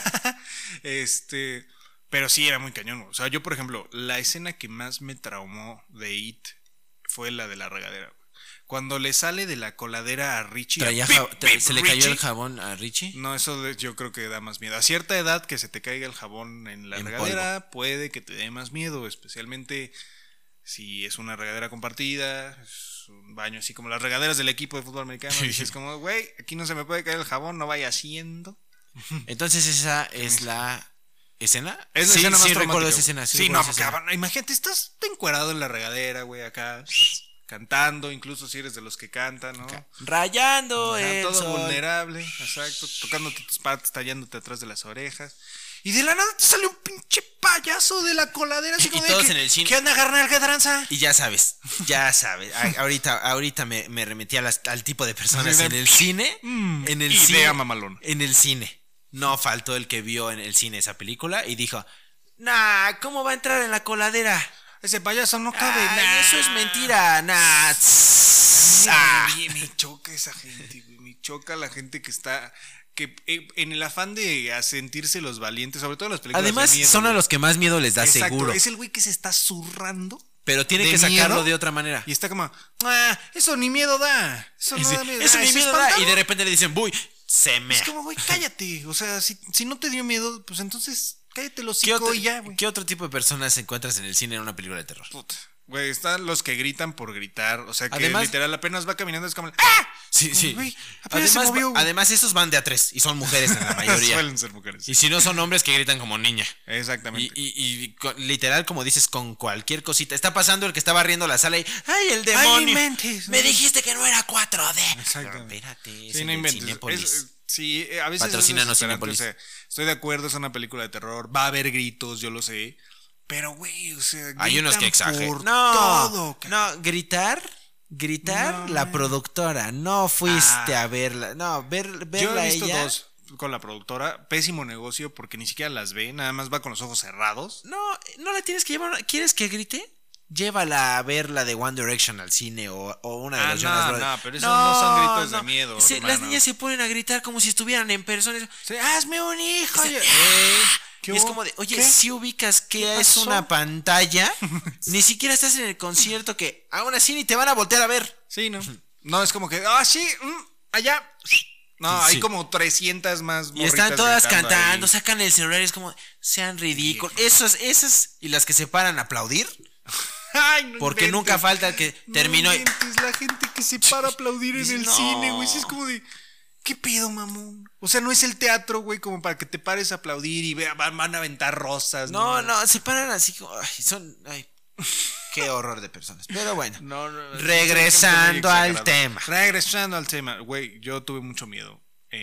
Pero sí era muy cañón. O sea, yo, por ejemplo, la escena que más me traumó de It fue la de la regadera. Cuando le sale de la coladera a Richie. ¿Se le cayó el jabón a Richie? No, yo creo que da más miedo. A cierta edad que se te caiga el jabón en la En regadera puede que te dé más miedo, especialmente si es una regadera compartida, es un baño así como las regaderas del equipo de fútbol americano. Dices como, güey, aquí no se me puede caer el jabón, no vaya haciendo. Entonces esa es la escena. Es la sí, escena más sí traumática, recuerdo esa güey. escena. Sí, recuerdo no, esa porque, escena. cabrón, imagínate, estás encuerado en la regadera, güey, acá cantando, incluso si eres de los que cantan, ¿no? Rayando Ajá, el todo sol. vulnerable, exacto, tocándote tus partes, tallándote atrás de las orejas. Y de la nada te sale un pinche payaso de la coladera. Así Y como de todos que, en el cine. ¿qué onda, carnal? ¿Qué tranza? Y ya sabes. Ahorita me remetí al tipo de personas Así de, en el cine. En el idea cine. mamalona. En el cine. No faltó el que vio en el cine esa película y dijo: Nah, ¿cómo va a entrar en la coladera? Ese payaso no cabe. Ay, nah. eso es mentira. Nah. Me choca esa gente, güey. Me choca la gente que está. Que en el afán de a sentirse los valientes, sobre todo en las películas. Además, de miedo, son a güey. los que más miedo les da Exacto, seguro. es el güey que se está zurrando. Pero tiene de que sacarlo miedo. de otra manera. Y está como, eso ni miedo da. Eso no da miedo. Eso ni ¿Es miedo da. espantado? Y de repente le dicen: Buy, se me. Es como, güey, cállate. O sea, si no te dio miedo, pues entonces cállate los ¿Qué hocico y ya, güey. ¿Qué otro tipo de personas encuentras en el cine en una película de terror? Puta. Güey, están los que gritan por gritar. O sea, que Además- literal apenas va caminando. Es como, ¡ah! Sí, sí. Güey, apenas se Además, movió, güey. además, esos van de a tres y son mujeres en la mayoría. Suelen ser mujeres. Y si no, son hombres que gritan como niña. Exactamente. Literal, como dices, con cualquier cosita. Está pasando el que está barriendo la sala y ¡ay, el demonio! inventes, Me ¿no? dijiste que no era 4D. Exacto. Espérate, es Sí, el no de inventes. Cinépolis. Sí, a veces Patrocínanos, es desesperante, Cinépolis. o sea, estoy de acuerdo, es una película de terror. Va a haber gritos, yo lo sé. Pero, güey, o sea, Hay unos que gritan exageran. por No, todo. no, gritar, No, la productora. No fuiste Ah. a verla. No, verla Yo he visto ella. 2. con la productora, pésimo negocio porque ni siquiera las ve, nada más va con los ojos cerrados. No la tienes que llevar. ¿Quieres que grite? Llévala a ver la de One Direction al cine o una de los Jonas Brothers. No, pero esos no son gritos de miedo. Las niñas se ponen a gritar como si estuvieran en persona. Sí, hazme un hijo. Y es como de, oye, ¿qué? si ubicas que ¿Qué es pasó? una pantalla, ni siquiera estás en el concierto que aún así ni te van a voltear a ver. Sí, ¿no? No, es como que, sí, allá. No, hay como 300 más Y están morritas todas gritando cantando, ahí. sacan el celular y es como, sean ridículos. Esas y las que se paran a aplaudir. Ay, no Porque inventes. nunca falta el que terminó. No inventes, la gente que se para a aplaudir en Dices, el no. cine, güey. Sí, es como de, ¿qué pedo, mamón? O sea, no es el teatro, güey, como para que te pares a aplaudir y van a aventar rosas. No, se paran así como, ay, qué horror de personas. Pero bueno, No, regresando al tema. Regresando al tema, güey, yo tuve mucho miedo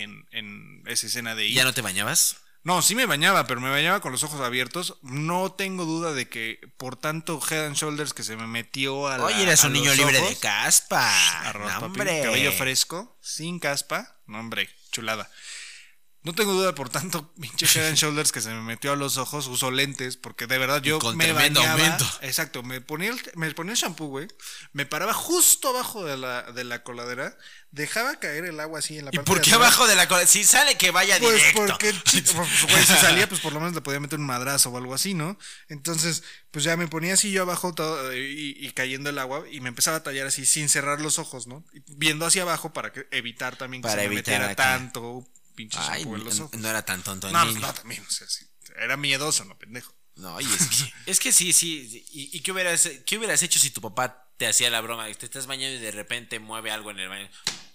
en esa escena de ¿Ya no te bañabas? No, sí me bañaba, pero me bañaba con los ojos abiertos. No tengo duda de que por tanto Head and Shoulders que se me metió a la, Oye, eras a un los niño libre ojos. de caspa. Arroz, No, papi, hombre. cabello fresco, sin caspa. No, hombre, chulada. No tengo duda, por tanto, pinche Head and Shoulders que se me metió a los ojos. Uso lentes porque de verdad yo con me tremendo bañaba. aumento. Exacto, me ponía el shampoo, güey. Me paraba justo abajo de la coladera. Dejaba caer el agua así en la ¿Y parte por de qué atrás. abajo de la cola? Si sale que vaya Pues directo. porque, güey, si salía, pues por lo menos le podía meter un madrazo o algo así, ¿no? Entonces, pues ya me ponía así yo abajo todo, y cayendo el agua y me empezaba a tallar así sin cerrar los ojos, ¿no? Y viendo hacia abajo para evitar también que Para se me evitar metiera acá. tanto pinche Ay, shampoo en los ojos. no era tan tonto el No, niño. no, también, o sea, sí, era miedoso, no, pendejo. No, y es que sí. ¿Y qué hubieras hecho si tu papá te hacía la broma? Te estás bañando y de repente mueve algo en el baño.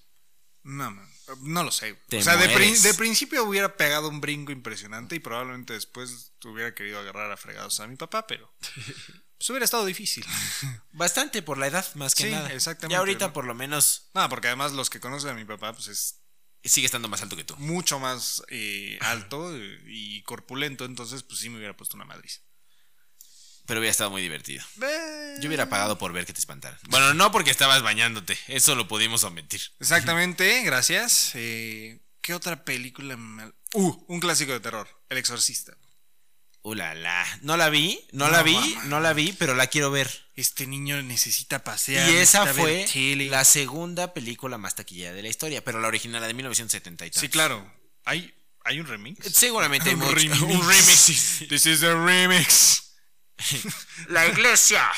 No, man, no lo sé. Te O sea, mueres. de principio hubiera pegado un brinco impresionante y probablemente después hubiera querido agarrar a fregados a mi papá, pero pues hubiera estado difícil. Bastante por la edad, más que Sí, nada. exactamente. Ya ahorita por lo menos No, porque además los que conocen a mi papá, pues es sigue estando más alto que tú. mucho más alto y corpulento, entonces pues sí me hubiera puesto una madriz. Pero hubiera estado muy divertido. Yo hubiera pagado por ver que te espantaran. Bueno, no porque estabas bañándote. Eso lo pudimos omitir. Exactamente, gracias. ¿Qué otra película? Un clásico de terror, El Exorcista. La. No la vi, pero la quiero ver. Este niño necesita pasear. Y esa necesita fue ver tele. la segunda película más taquillera de la historia. Pero la original, la de 1970 y tantos. Sí, claro. ¿Hay un remix? Seguramente hay Un mucho. remix. Un remix. This is the remix. La iglesia.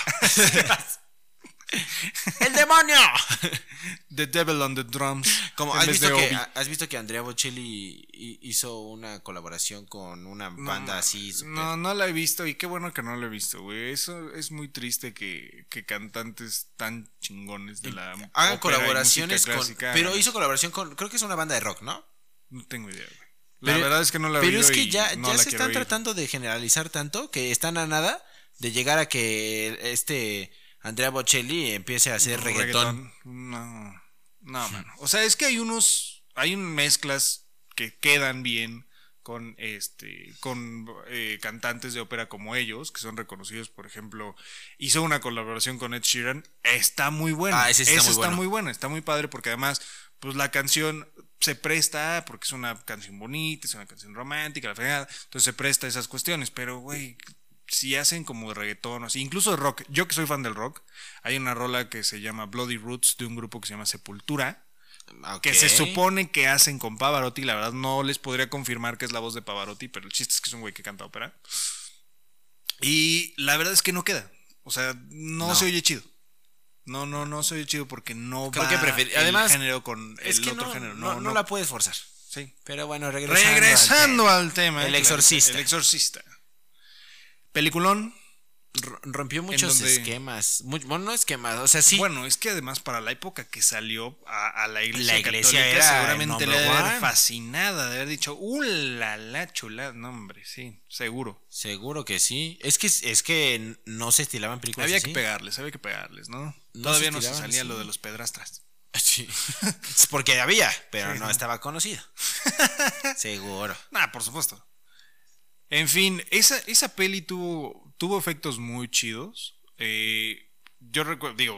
¡El demonio! The Devil on the Drums. Como, En vez de Obi. ¿Has visto que Andrea Bocelli hizo una colaboración con una banda así? Super... No la he visto y qué bueno que no la he visto, güey. Eso es muy triste que cantantes tan chingones de la hagan ópera y colaboraciones música con... clásica Pero hagan hizo eso. colaboración con... Creo que es una banda de rock, ¿no? No tengo idea, güey. La Pero- verdad es que no la he Pero oído es que y ya no la se quiero están oír. tratando de generalizar tanto que están a nada de llegar a que Andrea Bocelli empiece a hacer reggaetón. No, mano. O sea, es que hay mezclas que quedan bien con cantantes de ópera como ellos, que son reconocidos. Por ejemplo, hizo una colaboración con Ed Sheeran. Está muy buena. Ah, ese sí está muy bueno. muy buena, está muy padre porque además, pues la canción se presta, porque es una canción bonita, es una canción romántica, la fregada, entonces se presta a esas cuestiones, pero güey, si hacen como de reggaetón, así, incluso de rock, yo que soy fan del rock, hay una rola que se llama Bloody Roots de un grupo que se llama Sepultura, Ok. que se supone que hacen con Pavarotti, la verdad no les podría confirmar que es la voz de Pavarotti, pero el chiste es que es un güey que canta ópera. Y la verdad es que no queda, o sea, no se oye chido. No se oye chido porque no Creo va que el además, género con el es que otro género. no la puedes forzar. Sí. Pero bueno, Regresando al tema. El Exorcista. El Exorcista. Peliculón. Rompió muchos donde- esquemas. Bueno, no esquemas, o sea, sí. Bueno, es que además para la época que salió a la iglesia, La iglesia católica, era seguramente le number debe haber one. fascinada, de haber dicho, la chulada. No, hombre, sí, seguro. Seguro que sí. Es que no se estilaban películas Había así. que pegarles, ¿no? No Todavía se no se estiraban, salía sí. lo de los pedrastras. Sí. Es porque había, pero Sí, no no. estaba conocido. Seguro. Nah, por supuesto. En fin, esa peli tuvo efectos muy chidos. Yo recuerdo, digo,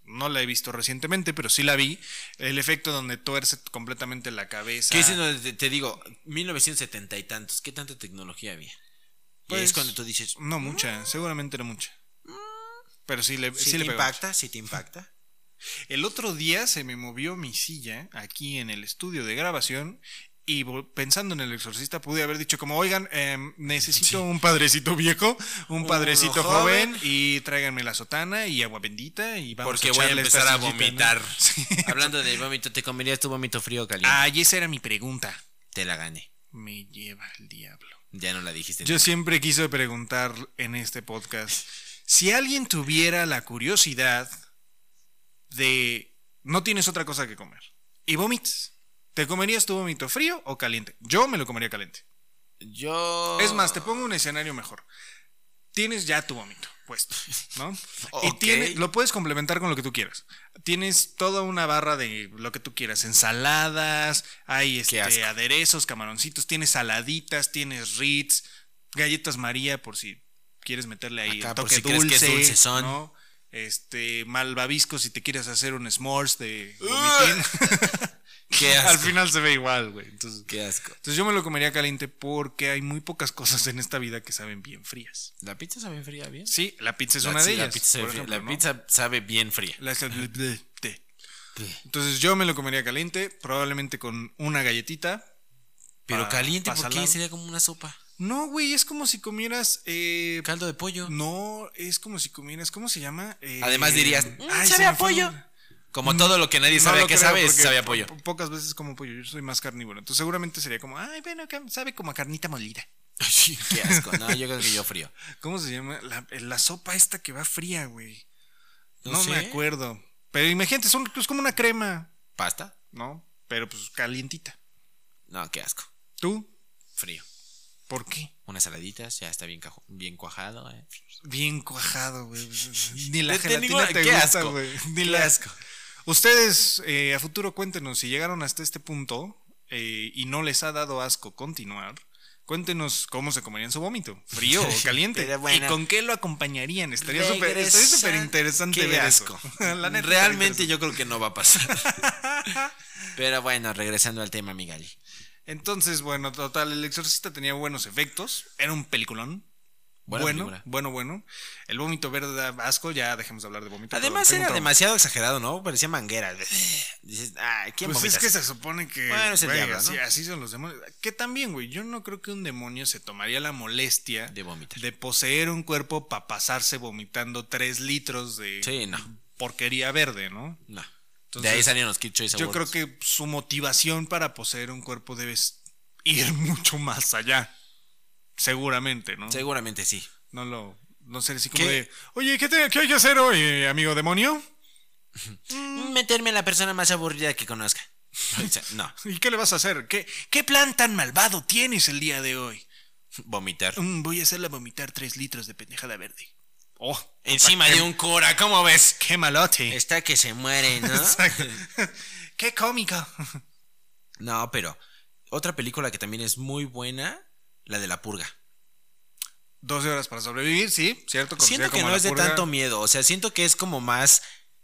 no la he visto recientemente, pero sí la vi. El efecto donde tuerce completamente la cabeza. ¿Qué es donde te digo? 1970 y tantos. ¿Qué tanta tecnología había? Y Pues, es cuando tú dices. No mucha, seguramente no mucha. Pero sí le, Si sí le te pegó. impacta, si te impacta. El otro día se me movió mi silla aquí en el estudio de grabación y pensando en El Exorcista pude haber dicho como, oigan, necesito un padrecito viejo, un padrecito Uno joven joven. y tráiganme la sotana y agua bendita y vamos Porque a voy a echarle esta empezar a sillita, ¿no? vomitar. Sí. Hablando de vómito, ¿te comerías tu vómito frío o caliente? Ah, y esa era mi pregunta. Te la gané. Me lleva el diablo. Ya no la dijiste. Yo siempre quise preguntar en este podcast, si alguien tuviera la curiosidad de no tienes otra cosa que comer y vomitas, ¿te comerías tu vómito frío o caliente? Yo me lo comería caliente. Yo. Es más, te pongo un escenario mejor. Tienes ya tu vómito puesto, ¿no? Y Ok. lo puedes complementar con lo que tú quieras. Tienes toda una barra de lo que tú quieras, ensaladas, hay Qué asco. aderezos, camaroncitos, tienes saladitas, tienes Ritz, galletas María por si quieres meterle ahí Acá, el por toque si crees que dulce, es dulcezón. ¿no? Malvavisco si te quieres hacer un s'mores de vomitín. Qué asco. Al final se ve igual, güey. Qué asco. Entonces yo me lo comería caliente porque hay muy pocas cosas en esta vida que saben bien frías. ¿La pizza sabe fría bien? Sí, la pizza es una de Sí, ellas. La pizza, sabe por fría. ejemplo, La ¿no? pizza sabe bien fría. Entonces yo me lo comería caliente, probablemente con una galletita. Pero caliente, pa' ¿por qué? salado. Sería como una sopa. No, güey, es como si comieras... Caldo de pollo. no, es como si comieras... ¿Cómo se llama? Además dirías, ay, sabe se me a fue el pollo. nombre. Como todo lo que nadie No sabe lo que creo, sabe, porque sabe a pollo. Pocas veces como pollo, yo soy más carnívoro. Entonces seguramente sería como, ay, bueno, sabe como a carnita molida. Qué asco. No, yo creo que yo frío. ¿Cómo se llama? La sopa esta que va fría, güey. No No sé. me acuerdo. Pero imagínate, es como una crema, ¿Pasta? ¿no? Pero pues calientita. No, qué asco. ¿Tú? Frío. ¿Por qué? Unas saladitas, ya está bien cuajado. Bien cuajado, güey. Ni la Te gelatina digo, te qué gusta, asco. güey. Ni Qué la... asco. Ustedes, a futuro, cuéntenos si llegaron hasta este punto y no les ha dado asco continuar. Cuéntenos cómo se comerían su vómito, frío o caliente. Pero bueno. ¿Y con qué lo acompañaría? Estaría súper interesante Qué ver asco. eso. La neta, Realmente estaría yo creo que no va a pasar. Pero bueno, regresando al tema, Migali. Entonces, bueno, total, El Exorcista tenía buenos efectos. Era un peliculón. Buena película. Bueno. El vómito verde da asco, ya dejemos de hablar de vómito. Además pero tengo era un trauma. demasiado exagerado, ¿no? Parecía manguera. Dices, ay, ¿quién Pues vomita es que así? se supone que. Bueno, es el güey, diablo, así, ¿no? así son los demonios. Que también, güey, yo no creo que un demonio se tomaría la molestia De vomitar. de poseer un cuerpo para pasarse vomitando 3 litros de Sí, no. porquería verde, ¿no? No. Entonces, de ahí salieron los Kid Choice yo Awards. creo que su motivación para poseer un cuerpo debe ir mucho más allá. Seguramente, ¿no? Seguramente sí. No sé, así como ¿Qué? de, oye, ¿qué hay que hacer hoy, amigo demonio? Meterme a la persona más aburrida que conozca. O sea, no. ¿Y qué le vas a hacer? ¿Qué plan tan malvado tienes el día de hoy? Vomitar. Voy a hacerla vomitar 3 litros de pendejada verde. Oh, Encima de un cura, ¿cómo ves? ¡Qué malote! Está que se muere, ¿no? Exacto. ¡Qué cómico! No, pero otra película que también es muy buena, la de La Purga. 12 horas para sobrevivir, sí, cierto. conocida Siento que como no La es de Purga. tanto miedo, o sea, siento que es como más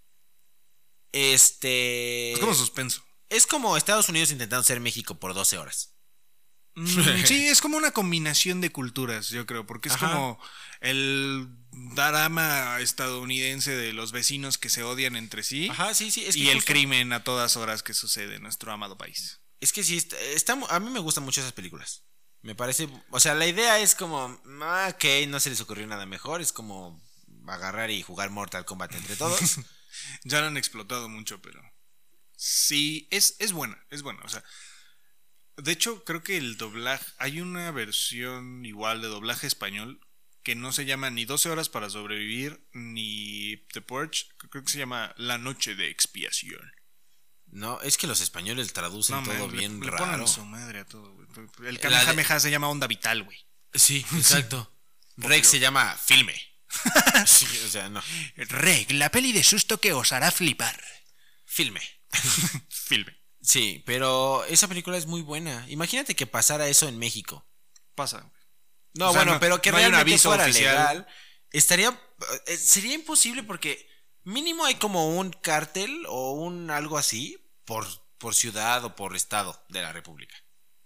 Es como suspenso. es como Estados Unidos intentando ser México por 12 horas. Sí, es como una combinación de culturas, yo creo, porque es Ajá. como el drama estadounidense de los vecinos que se odian entre sí Ajá, sí, es que y el justo- crimen a todas horas que sucede en nuestro amado país. Es que sí, a mí me gustan mucho esas películas. Me parece, o sea, la idea es como, ok, no se les ocurrió nada mejor, es como agarrar y jugar Mortal Kombat entre todos. Ya lo han explotado mucho, pero sí, es buena, o sea, de hecho creo que el doblaje, hay una versión igual de doblaje español que no se llama ni 12 horas para sobrevivir ni The Purge, creo que se llama La Noche de Expiación. No, es que los españoles traducen todo man, bien le raro. ponen su madre a todo, güey. El La Kamehameha se llama Onda Vital, güey. Sí, exacto. Rex se llama Filme. Sí, o sea, no. Reg, la peli de susto que os hará flipar. Filme. Filme. Sí, pero esa película es muy buena. Imagínate que pasara eso en México. Pasa, güey. No, O sea, bueno, no- pero que no hay un realmente aviso fuera oficial. legal. Sería imposible porque Mínimo hay como un cártel o un algo así por ciudad o por estado de la República.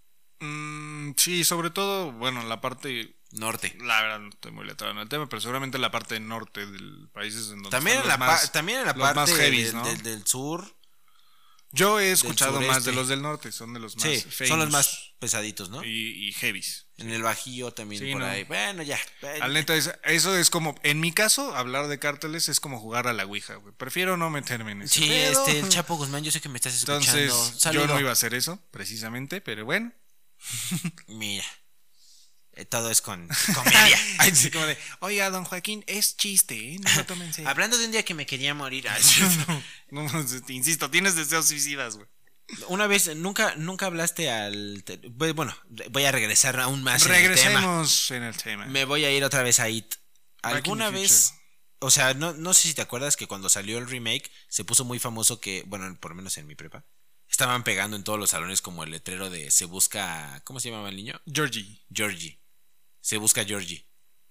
Sí, sobre todo, bueno, la parte Norte. La verdad no estoy muy letrado en el tema, pero seguramente la parte norte del país es en donde También en también en la los más parte heavies, ¿no? del sur. Yo he escuchado más sureste. de los del norte, son de los más Sí, famous son los más pesaditos, ¿no? y heavies. En el Bajío también Sí, por no. ahí. Bueno, ya. Al neta, eso es como, en mi caso, hablar de cárteles es como jugar a la ouija, güey. Prefiero no meterme en ese Sí, pedo. el Chapo Guzmán, yo sé que me estás escuchando. Entonces, Saludo. yo no iba a hacer eso, precisamente, pero bueno. Mira. Todo es con comedia. Ay, sí. Como de, oiga, don Joaquín, es chiste, ¿eh? No lo tomen en serio. Hablando de un día que me quería morir. Ay, No, te insisto, tienes deseos suicidas, güey. una vez, nunca hablaste bueno, voy a regresar aún más en el tema. Regresemos en el tema. Me voy a ir otra vez a It. Back ¿Alguna in the vez? future. O sea, no sé si te acuerdas que cuando salió el remake se puso muy famoso que, bueno, por lo menos en mi prepa, estaban pegando en todos los salones como el letrero de se busca, ¿cómo se llamaba el niño? Georgie. Georgie. Se busca Georgie.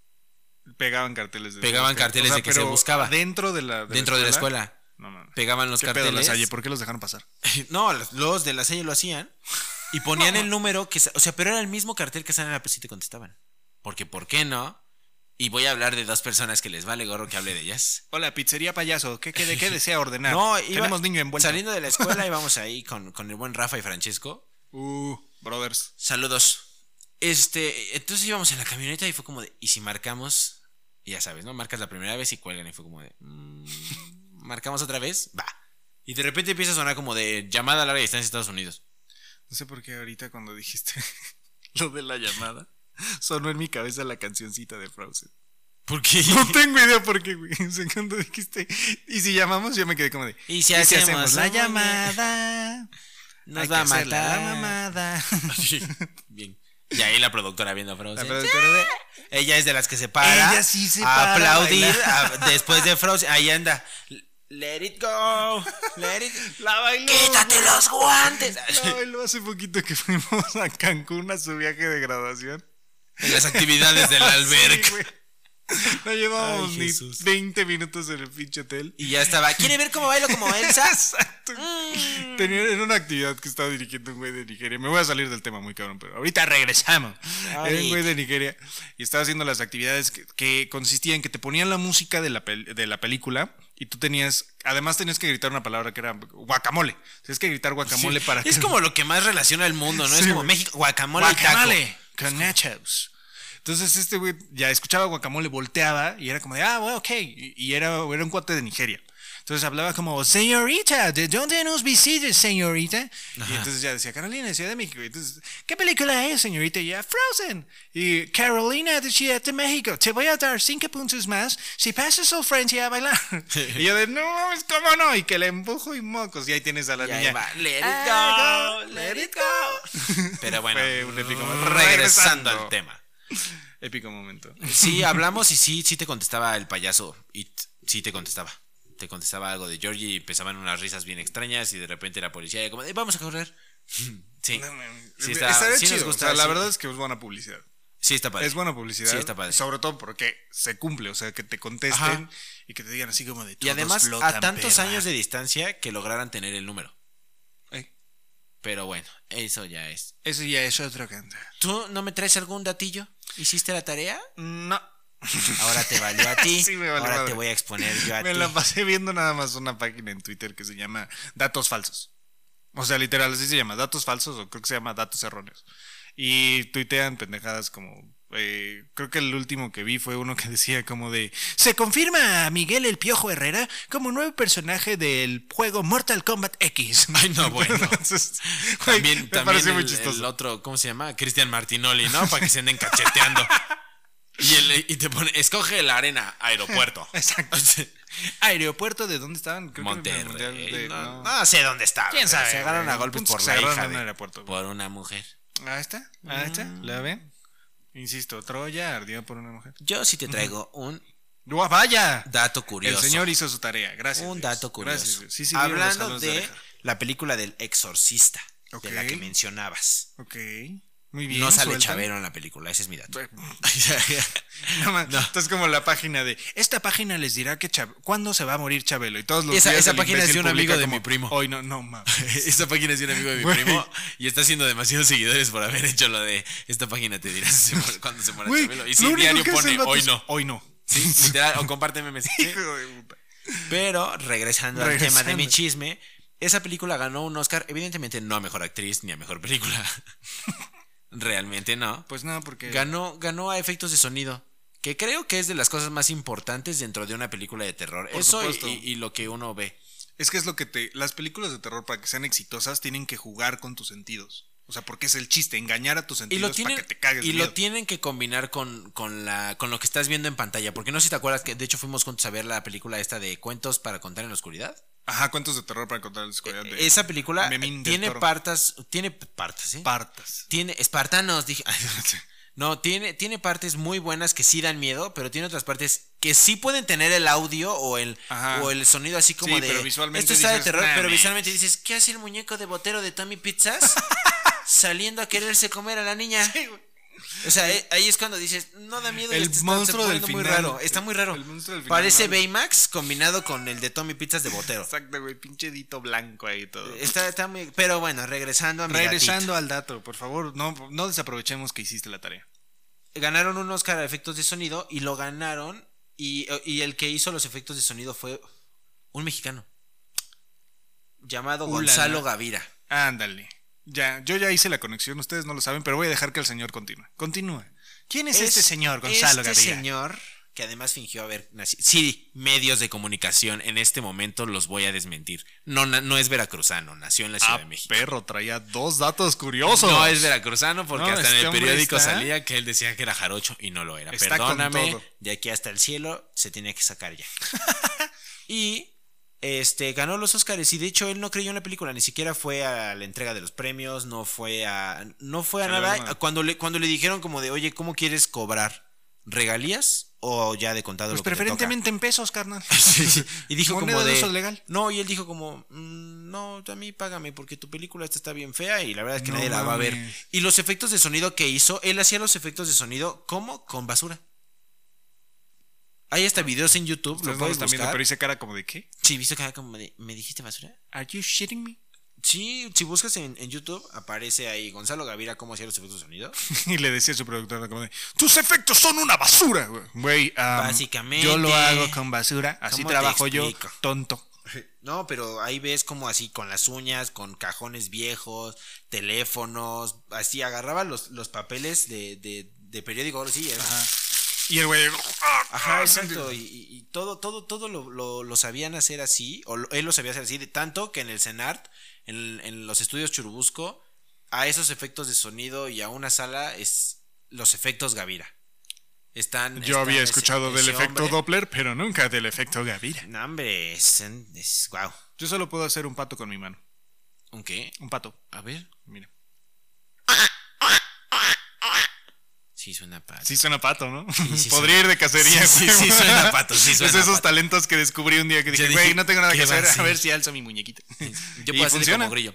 Pegaban carteles de Pegaban carteles de que se pero buscaba. Dentro de la escuela. No mames. Pegaban los ¿Qué pedo, carteles. La Salle? ¿Por qué los dejaron pasar? No, los de la Salle lo hacían. Y ponían el número que... O sea, pero era el mismo cartel que sale en la pues sí te contestaban. Porque, ¿por qué no? Y voy a hablar de dos personas que les vale gorro que hable de ellas. Hola, pizzería payaso. ¿Qué desea ordenar? No, Tenemos niño envuelto. Saliendo de la escuela íbamos ahí con el buen Rafa y Francesco. Brothers. Saludos. Entonces íbamos en la camioneta y fue como de... ¿Y si marcamos? Y ya sabes, ¿no? Marcas la primera vez y cuelgan y fue como de... ¿Marcamos otra vez? Va. Y de repente empieza a sonar como de llamada a larga distancia a Estados Unidos. No sé por qué ahorita cuando dijiste lo de la llamada, sonó en mi cabeza la cancioncita de Frozen. ¿Por qué? No tengo idea por qué, güey. O sea, cuando dijiste, y si llamamos, yo me quedé como de... ¿Y si hacemos la llamada? Nos Hay va a que hacerle matar. la mamada. Bien. Y ahí la productora viendo a La Frozen. productora de... Ella es de las que se para. Ella sí se a para a aplaudir bailar. después de Frozen. Ahí anda. Let it go. Let it. La bailó. Quítate los guantes. La bailó hace poquito que fuimos a Cancún a su viaje de graduación. En las actividades del Sí, albergue. güey. No llevábamos Ay, ni Jesús. 20 minutos en el pinche hotel. Y ya estaba. ¿Quiere ver cómo bailo como Elsa? Exacto. Era una actividad que estaba dirigiendo un güey de Nigeria. Me voy a salir del tema muy cabrón, pero ahorita regresamos. Era un güey de Nigeria y estaba haciendo las actividades que consistían en que te ponían la música de la película y tú además tenías que gritar una palabra que era guacamole. Tienes que gritar guacamole para que... Es como lo que más relaciona al mundo, ¿no? Sí, Es como güey. México, guacamole y taco. Guacamole con nachos. Entonces este güey ya escuchaba guacamole, volteaba y era como de, bueno, ok. Y era un cuate de Nigeria. Entonces hablaba como, señorita, ¿de dónde nos visita, señorita? Ajá. Y entonces ya decía, Carolina, de Ciudad de México. Y entonces, ¿qué película es, señorita? Y ya, Frozen. Y Carolina, de Ciudad de México, te voy a dar 5 puntos más si pasas al frente a bailar. Y yo de, no mames, ¿cómo no? Y que le empujo y mocos. Y ahí tienes a la Y ahí niña. va, let it go, let it go. Pero bueno, Fue un épico momento. regresando al tema. Épico momento. Sí, hablamos y sí te contestaba el payaso. Y sí te contestaba. Te contestaba algo de Georgie y empezaban unas risas bien extrañas y de repente la policía y como, vamos a correr. Sí. No, man. Sí Estaría sí nos chido. gusta, O sea, la sí. verdad es que es buena publicidad. Sí está padre. Es buena publicidad. Sí está padre. Sobre todo porque se cumple. O sea, que te contesten Ajá. y que te digan así como de Y todos además flotan, a tantos perra. años de distancia que lograran tener el número. Ey, Pero bueno, eso ya es. eso ya es otro cantar. ¿Tú no me traes algún datillo? ¿Hiciste la tarea? No. Ahora te valió a ti. Sí, me valió Ahora madre. te voy a exponer yo a Me ti. la pasé viendo nada más una página en Twitter que se llama Datos Falsos. O sea, literal, así se llama, Datos Falsos, o creo que se llama Datos Erróneos. Y tuitean pendejadas como... creo que el último que vi fue uno que decía como de... Se confirma a Miguel el Piojo Herrera como nuevo personaje del juego Mortal Kombat X. Ay, no, bueno. Entonces, güey, También, me pareció muy el chistoso. otro, ¿cómo se llama? Cristian Martinoli, ¿no? Para que se anden cacheteando. Y te pone, escoge la arena, aeropuerto. Exacto. ¿Aeropuerto de dónde estaban? Creo que en el Mundial Monterrey. de- No sé dónde estaba. ¿Quién pero sabe, Se agarraron güey? a golpes Punto por se la agarraron hija en un de- aeropuerto, güey. por una mujer. Ahí está, ¿la ven? Insisto, Troya ardió por una mujer. Yo sí te traigo un ¡Vaya! dato curioso. El señor hizo su tarea, gracias. Un Dios. dato curioso. Gracias, Dios. Sí, sí, vieron los Hablando salones de oreja. la película del exorcista, Ok. de la que mencionabas. Ok. Muy bien. No sale sueltan. Chabelo en la película, ese es mi dato. No, Entonces como la página de esta página les dirá que cuándo se va a morir Chabelo y todos los días Esa el página es de imbécil un amigo publica de como, mi primo. Hoy no mames. Esta página es de un amigo de mi Güey. primo y está haciendo demasiados seguidores por haber hecho lo de esta página te dirá cuando se muera Güey, Chabelo. Y lo sí, único diario que hace pone el vato hoy es, no. Hoy no. Sí, literal, o comparte memes. Hijo de puta. Pero regresando al tema de mi chisme, esa película ganó un Oscar, evidentemente no a mejor actriz ni a mejor película. Realmente no. Pues no, porque Ganó a efectos de sonido, que creo que es de las cosas más importantes dentro de una película de terror. Por Eso supuesto. y lo que uno ve. es que es lo que las películas de terror para que sean exitosas tienen que jugar con tus sentidos. O sea, porque es el chiste, engañar a tus Y sentidos lo tienen, para que te cagues de y miedo. lo tienen que combinar con lo que estás viendo en pantalla. Porque no sé si te acuerdas que de hecho fuimos juntos a ver la película esta de Cuentos para contar en la oscuridad. Ajá, cuentos de terror para contar la oscuridad de Esa película Memín del tiene Toro. partes, ¿sí? Partas. Tiene espartanos, dije. No, tiene partes muy buenas que sí dan miedo, pero tiene otras partes que sí pueden tener el audio Ajá. o el sonido así como Sí, de pero visualmente esto está de dices, terror, "Nah, pero man". visualmente dices, ¿qué hace el muñeco de botero de Tommy Pizzas saliendo a quererse comer a la niña? O sea, ahí es cuando dices, no da miedo, El esto monstruo está del poniendo muy final. raro, está muy raro. El monstruo del final, Parece ¿no? Baymax combinado con el de Tommy Pizzas de botero. Exacto, güey, pinche dito blanco ahí y todo. Está muy, pero bueno, regresando a mi Regresando al dato, por favor, no desaprovechemos que hiciste la tarea. ganaron un Oscar a efectos de sonido y lo ganaron y el que hizo los efectos de sonido fue un mexicano llamado Gonzalo Gavira. Ándale. Ya, yo ya hice la conexión, ustedes no lo saben, pero voy a dejar que el señor continúe. Continúa. ¿Quién es este señor, Gonzalo Gavira? Este señor que además fingió haber nacido. Sí, medios de comunicación en este momento los voy a desmentir. No es veracruzano, nació en la Ciudad de México. Perro, traía 2 datos curiosos. No es veracruzano porque No, hasta en este el hombre periódico está- salía que él decía que era jarocho y no lo era. Está con Perdóname, todo. de aquí hasta el cielo se tenía que sacar ya. Y ganó los Oscars y de hecho él no creyó en la película, ni siquiera fue a la entrega de los premios, no fue a nada. no. Cuando le dijeron como de, "Oye, ¿cómo quieres cobrar? ¿Regalías o ya de contado Pues lo que te toca?" preferentemente en pesos, carnal. Sí. Y dijo Moneda como de de uso legal. No, y él dijo como no, a mí págame porque tu película esta está bien fea y la verdad es que No nadie la va a ver. mames. Y los efectos de sonido que hizo, él hacía los efectos de sonido como con basura. Hay hasta videos en YouTube, Ustedes lo no lo puedes están viendo, buscar. pero hice cara como de ¿qué? Sí, viste que como de, ¿me dijiste basura? Are you shitting me? Sí, si buscas en YouTube, aparece ahí Gonzalo Gavira cómo hacía los efectos de sonido. Y le decía a su productora como de tus efectos son una basura, güey. Güey, Básicamente. yo lo hago con basura, así ¿Cómo te trabajo yo, explico? tonto. No, pero ahí ves como así con las uñas, con cajones viejos, teléfonos, así agarraba los papeles de periódico, ahora sí. Ajá. Y el güey, Ajá, exacto. Y todo lo sabían hacer así, él lo sabía hacer así, de tanto que en el CENART, en los estudios Churubusco, a esos efectos de sonido y a una sala es los efectos Gavira. Yo había escuchado del ese efecto hombre. Doppler, pero nunca del efecto Gavira. No, hombre, es wow. Yo solo puedo hacer un pato con mi mano. ¿Un qué? Un pato. A ver. Mira. Sí, suena pato. Sí suena pato, ¿no? sí Podría ir de cacería. Sí, güey. sí, suena pato, sí suena Es esos pato. talentos que descubrí un día que Yo dije, dije, güey, no tengo nada que ¿qué va hacer, a ser? a ver si alzo mi muñequita. Yo Y puedo hacerle funciona. como grillo.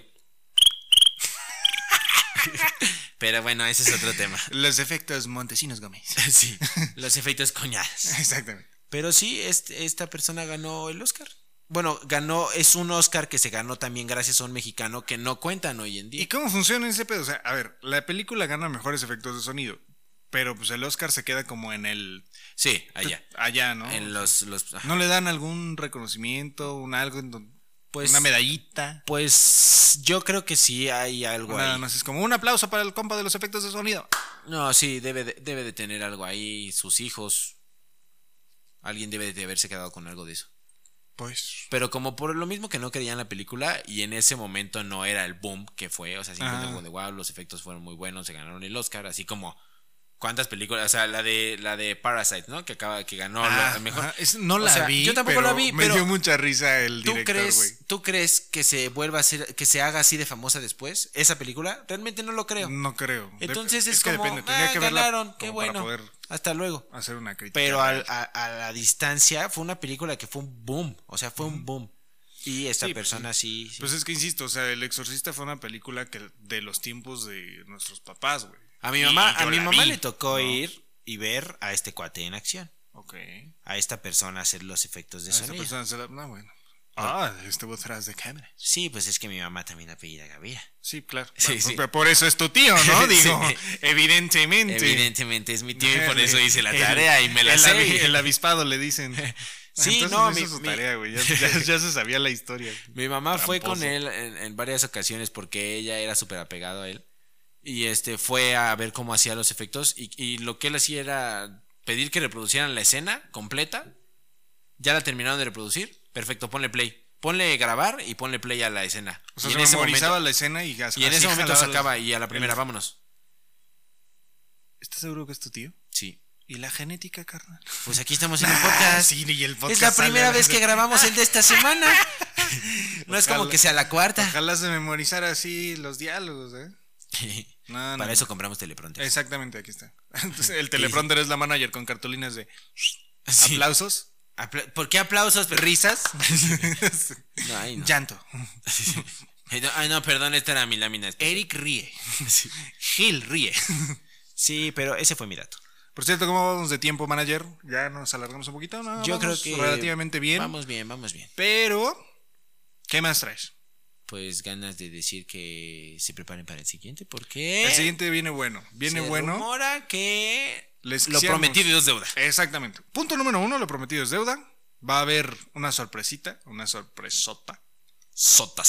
Pero bueno, ese es otro tema. Los efectos Montesinos Gómez. Sí, los efectos coñadas. Exactamente. Pero sí, esta persona ganó el Oscar. Bueno, es un Oscar que se ganó también gracias a un mexicano que no cuentan hoy en ¿Y día. cómo funciona ese pedo? O sea, a ver, la película gana mejores efectos de sonido, pero pues el Oscar se queda como en el... Sí, allá. ¿no? En los ajá. ¿No le dan algún reconocimiento, algo, Pues- una medallita? Pues yo creo que sí hay algo Nada ahí. más es como un aplauso para el compa de los efectos de sonido. No, sí, debe de tener algo ahí. Sus hijos. Alguien debe de haberse quedado con algo de eso. Pues... Pero como por lo mismo que no creían la película y en ese momento no era el boom que fue, o sea, simplemente como de wow, los efectos fueron muy buenos, se ganaron el Oscar, así como cuántas películas, o sea, la de Parasite, ¿no? Que ganó la mejor. Ajá, no la O sea, vi, yo tampoco pero la vi, me pero dio mucha risa el director, güey. ¿Tú crees que se vuelva a hacer, que se haga así de famosa después esa película? Realmente no lo creo. No creo. Entonces es que como, depende, tendría que verla ganaron, qué como para bueno. poder Hasta luego. hacer una crítica. Pero real. a la distancia fue una película que fue un boom, o sea, fue un boom. Y esta Sí, persona sí. Pues es que insisto, o sea, El Exorcista fue una película que de los tiempos de nuestros papás, güey. A mi Y mamá, yo a mi la mamá vi, le tocó ¿no? ir y ver a este cuate en acción. Ok. A esta persona hacer los efectos de A esta sonido. persona se la... No, bueno. Estuvo tras de cámara. Sí, pues es que mi mamá también apellida Gaviria. Sí, claro. Sí, Bueno, sí. pero por eso es tu tío, ¿no? Digo, Sí. evidentemente. Evidentemente es mi tío y por eso hice la tarea y me la el sé. El avispado le dicen. Sí, Entonces no, hizo su tarea, güey. Ya se sabía la historia. Mi mamá fue con Tramposo. él en varias ocasiones porque ella era súper apegado a él. Y fue a ver cómo hacía los efectos. Y lo que él hacía era pedir que reproducieran la escena completa. Ya la terminaron de reproducir. Perfecto, ponle play. Ponle grabar y ponle play a la escena. O sea, y se en ese memorizaba momento, la escena y y en ese momento sacaba y a la primera, vámonos. ¿Estás seguro que es tu tío? Sí. ¿Y la genética, carnal? Pues aquí estamos en el podcast. Sí, y el podcast Es la sale primera a vez que grabamos el de esta semana. No es como Ojalá. que sea la cuarta. Ojalá se memorizara así los diálogos, ¿eh? No, Para eso compramos teleprompter. Exactamente, aquí está. Entonces, el teleprompter es la manager con cartulinas de Sí. aplausos, ¿Por qué aplausos? ¿Risas? No, ay, no. llanto. Ay, no, perdón, esta era mi lámina especial. Eric ríe. Sí. Gil ríe. Sí, pero ese fue mi dato. Por cierto, ¿cómo vamos de tiempo, manager? ¿Ya nos alargamos un poquito? No, Yo creo vamos que relativamente bien. Vamos bien, vamos bien. Pero, ¿qué más traes? Pues ganas de decir que se preparen para el siguiente, porque El siguiente viene bueno. Viene se bueno. rumora que Les lo quisiéramos- prometido es deuda. Exactamente. Punto número 1, lo prometido es deuda. Va a haber una sorpresita, una sorpresota. Sota.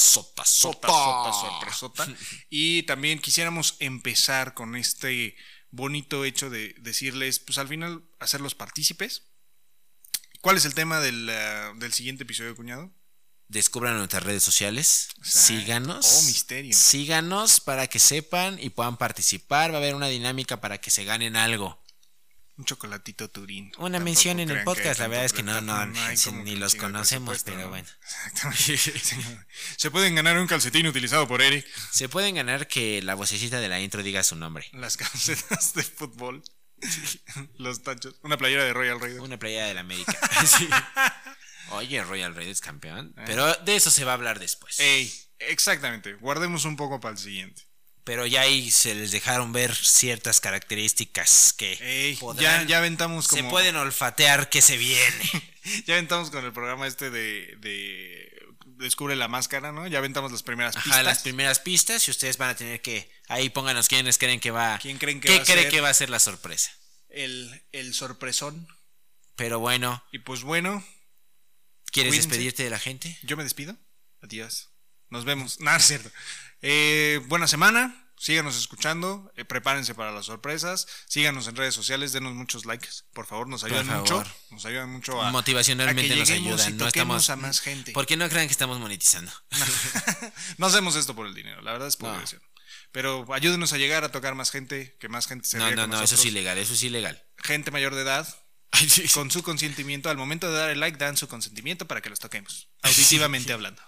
Sorpresota. Y también quisiéramos empezar con este bonito hecho de decirles, pues al final, hacerlos partícipes. ¿Cuál es el tema del siguiente episodio, cuñado? Descubran nuestras redes sociales, Exacto. síganos. Oh, misterio. Síganos para que sepan y puedan participar. Va a haber una dinámica para que se ganen algo. Un chocolatito Turín. Una Tampoco mención en el crean podcast, que la verdad es que tanto no, hay como ni que los chinga el conocemos, presupuesto, pero ¿no? bueno. Exactamente. Se pueden ganar un calcetín utilizado por Eric. Se pueden ganar que la vocecita de la intro diga su nombre. Las camisetas de fútbol. Los tachos. Una playera de Royal Raiders. Una playera del América. Sí. Oye, Royal Raiders campeón. Pero de eso se va a hablar después. Ey, exactamente. Guardemos un poco para el siguiente. Pero ya ahí se les dejaron ver ciertas características que Ey, podrán- ya aventamos como. se pueden olfatear que se viene. Ya aventamos con el programa este de Descubre la máscara, ¿no? Ya aventamos las primeras pistas. Ajá, las primeras pistas y ustedes van a tener que ahí pónganos quiénes creen que va. ¿Quién creen que ¿Qué va a cree ser? que va a ser la sorpresa? El sorpresón. Pero bueno, Y pues bueno, ¿quieres Cuídense. despedirte de la gente? yo me despido. Adiós. Nos vemos. No, es cierto. Buena semana. Síganos escuchando. Prepárense para las sorpresas. Síganos en redes sociales. Denos muchos likes. Por favor, nos ayudan Por mucho. favor. Nos ayudan mucho a. Motivacionalmente a que nos lleguemos ayudan. y No toquemos estamos a más gente. Porque no crean que estamos monetizando. No hacemos esto por el dinero. La verdad es por No. diversión. Pero ayúdenos a llegar a tocar más gente. Que más gente se ría con No, eso nosotros. es ilegal, eso es ilegal. Gente mayor de edad. Ay, sí. Con su consentimiento. Al momento de dar el like, dan su consentimiento para que los toquemos. Auditivamente hablando.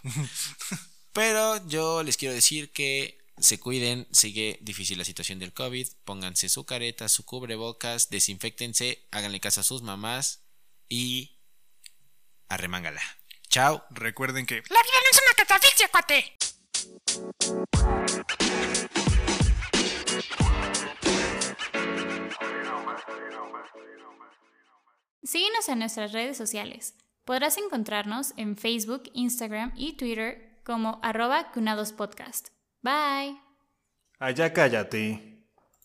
Pero yo les quiero decir que se cuiden, sigue difícil la situación del COVID, pónganse su careta, su cubrebocas, desinféctense, háganle caso a sus mamás y arremángala. Chao. Recuerden que. La vida no es una catafixia, cuate. Síguenos en nuestras redes sociales. Podrás encontrarnos en Facebook, Instagram y Twitter como @cunadospodcast. Bye. Allá cállate.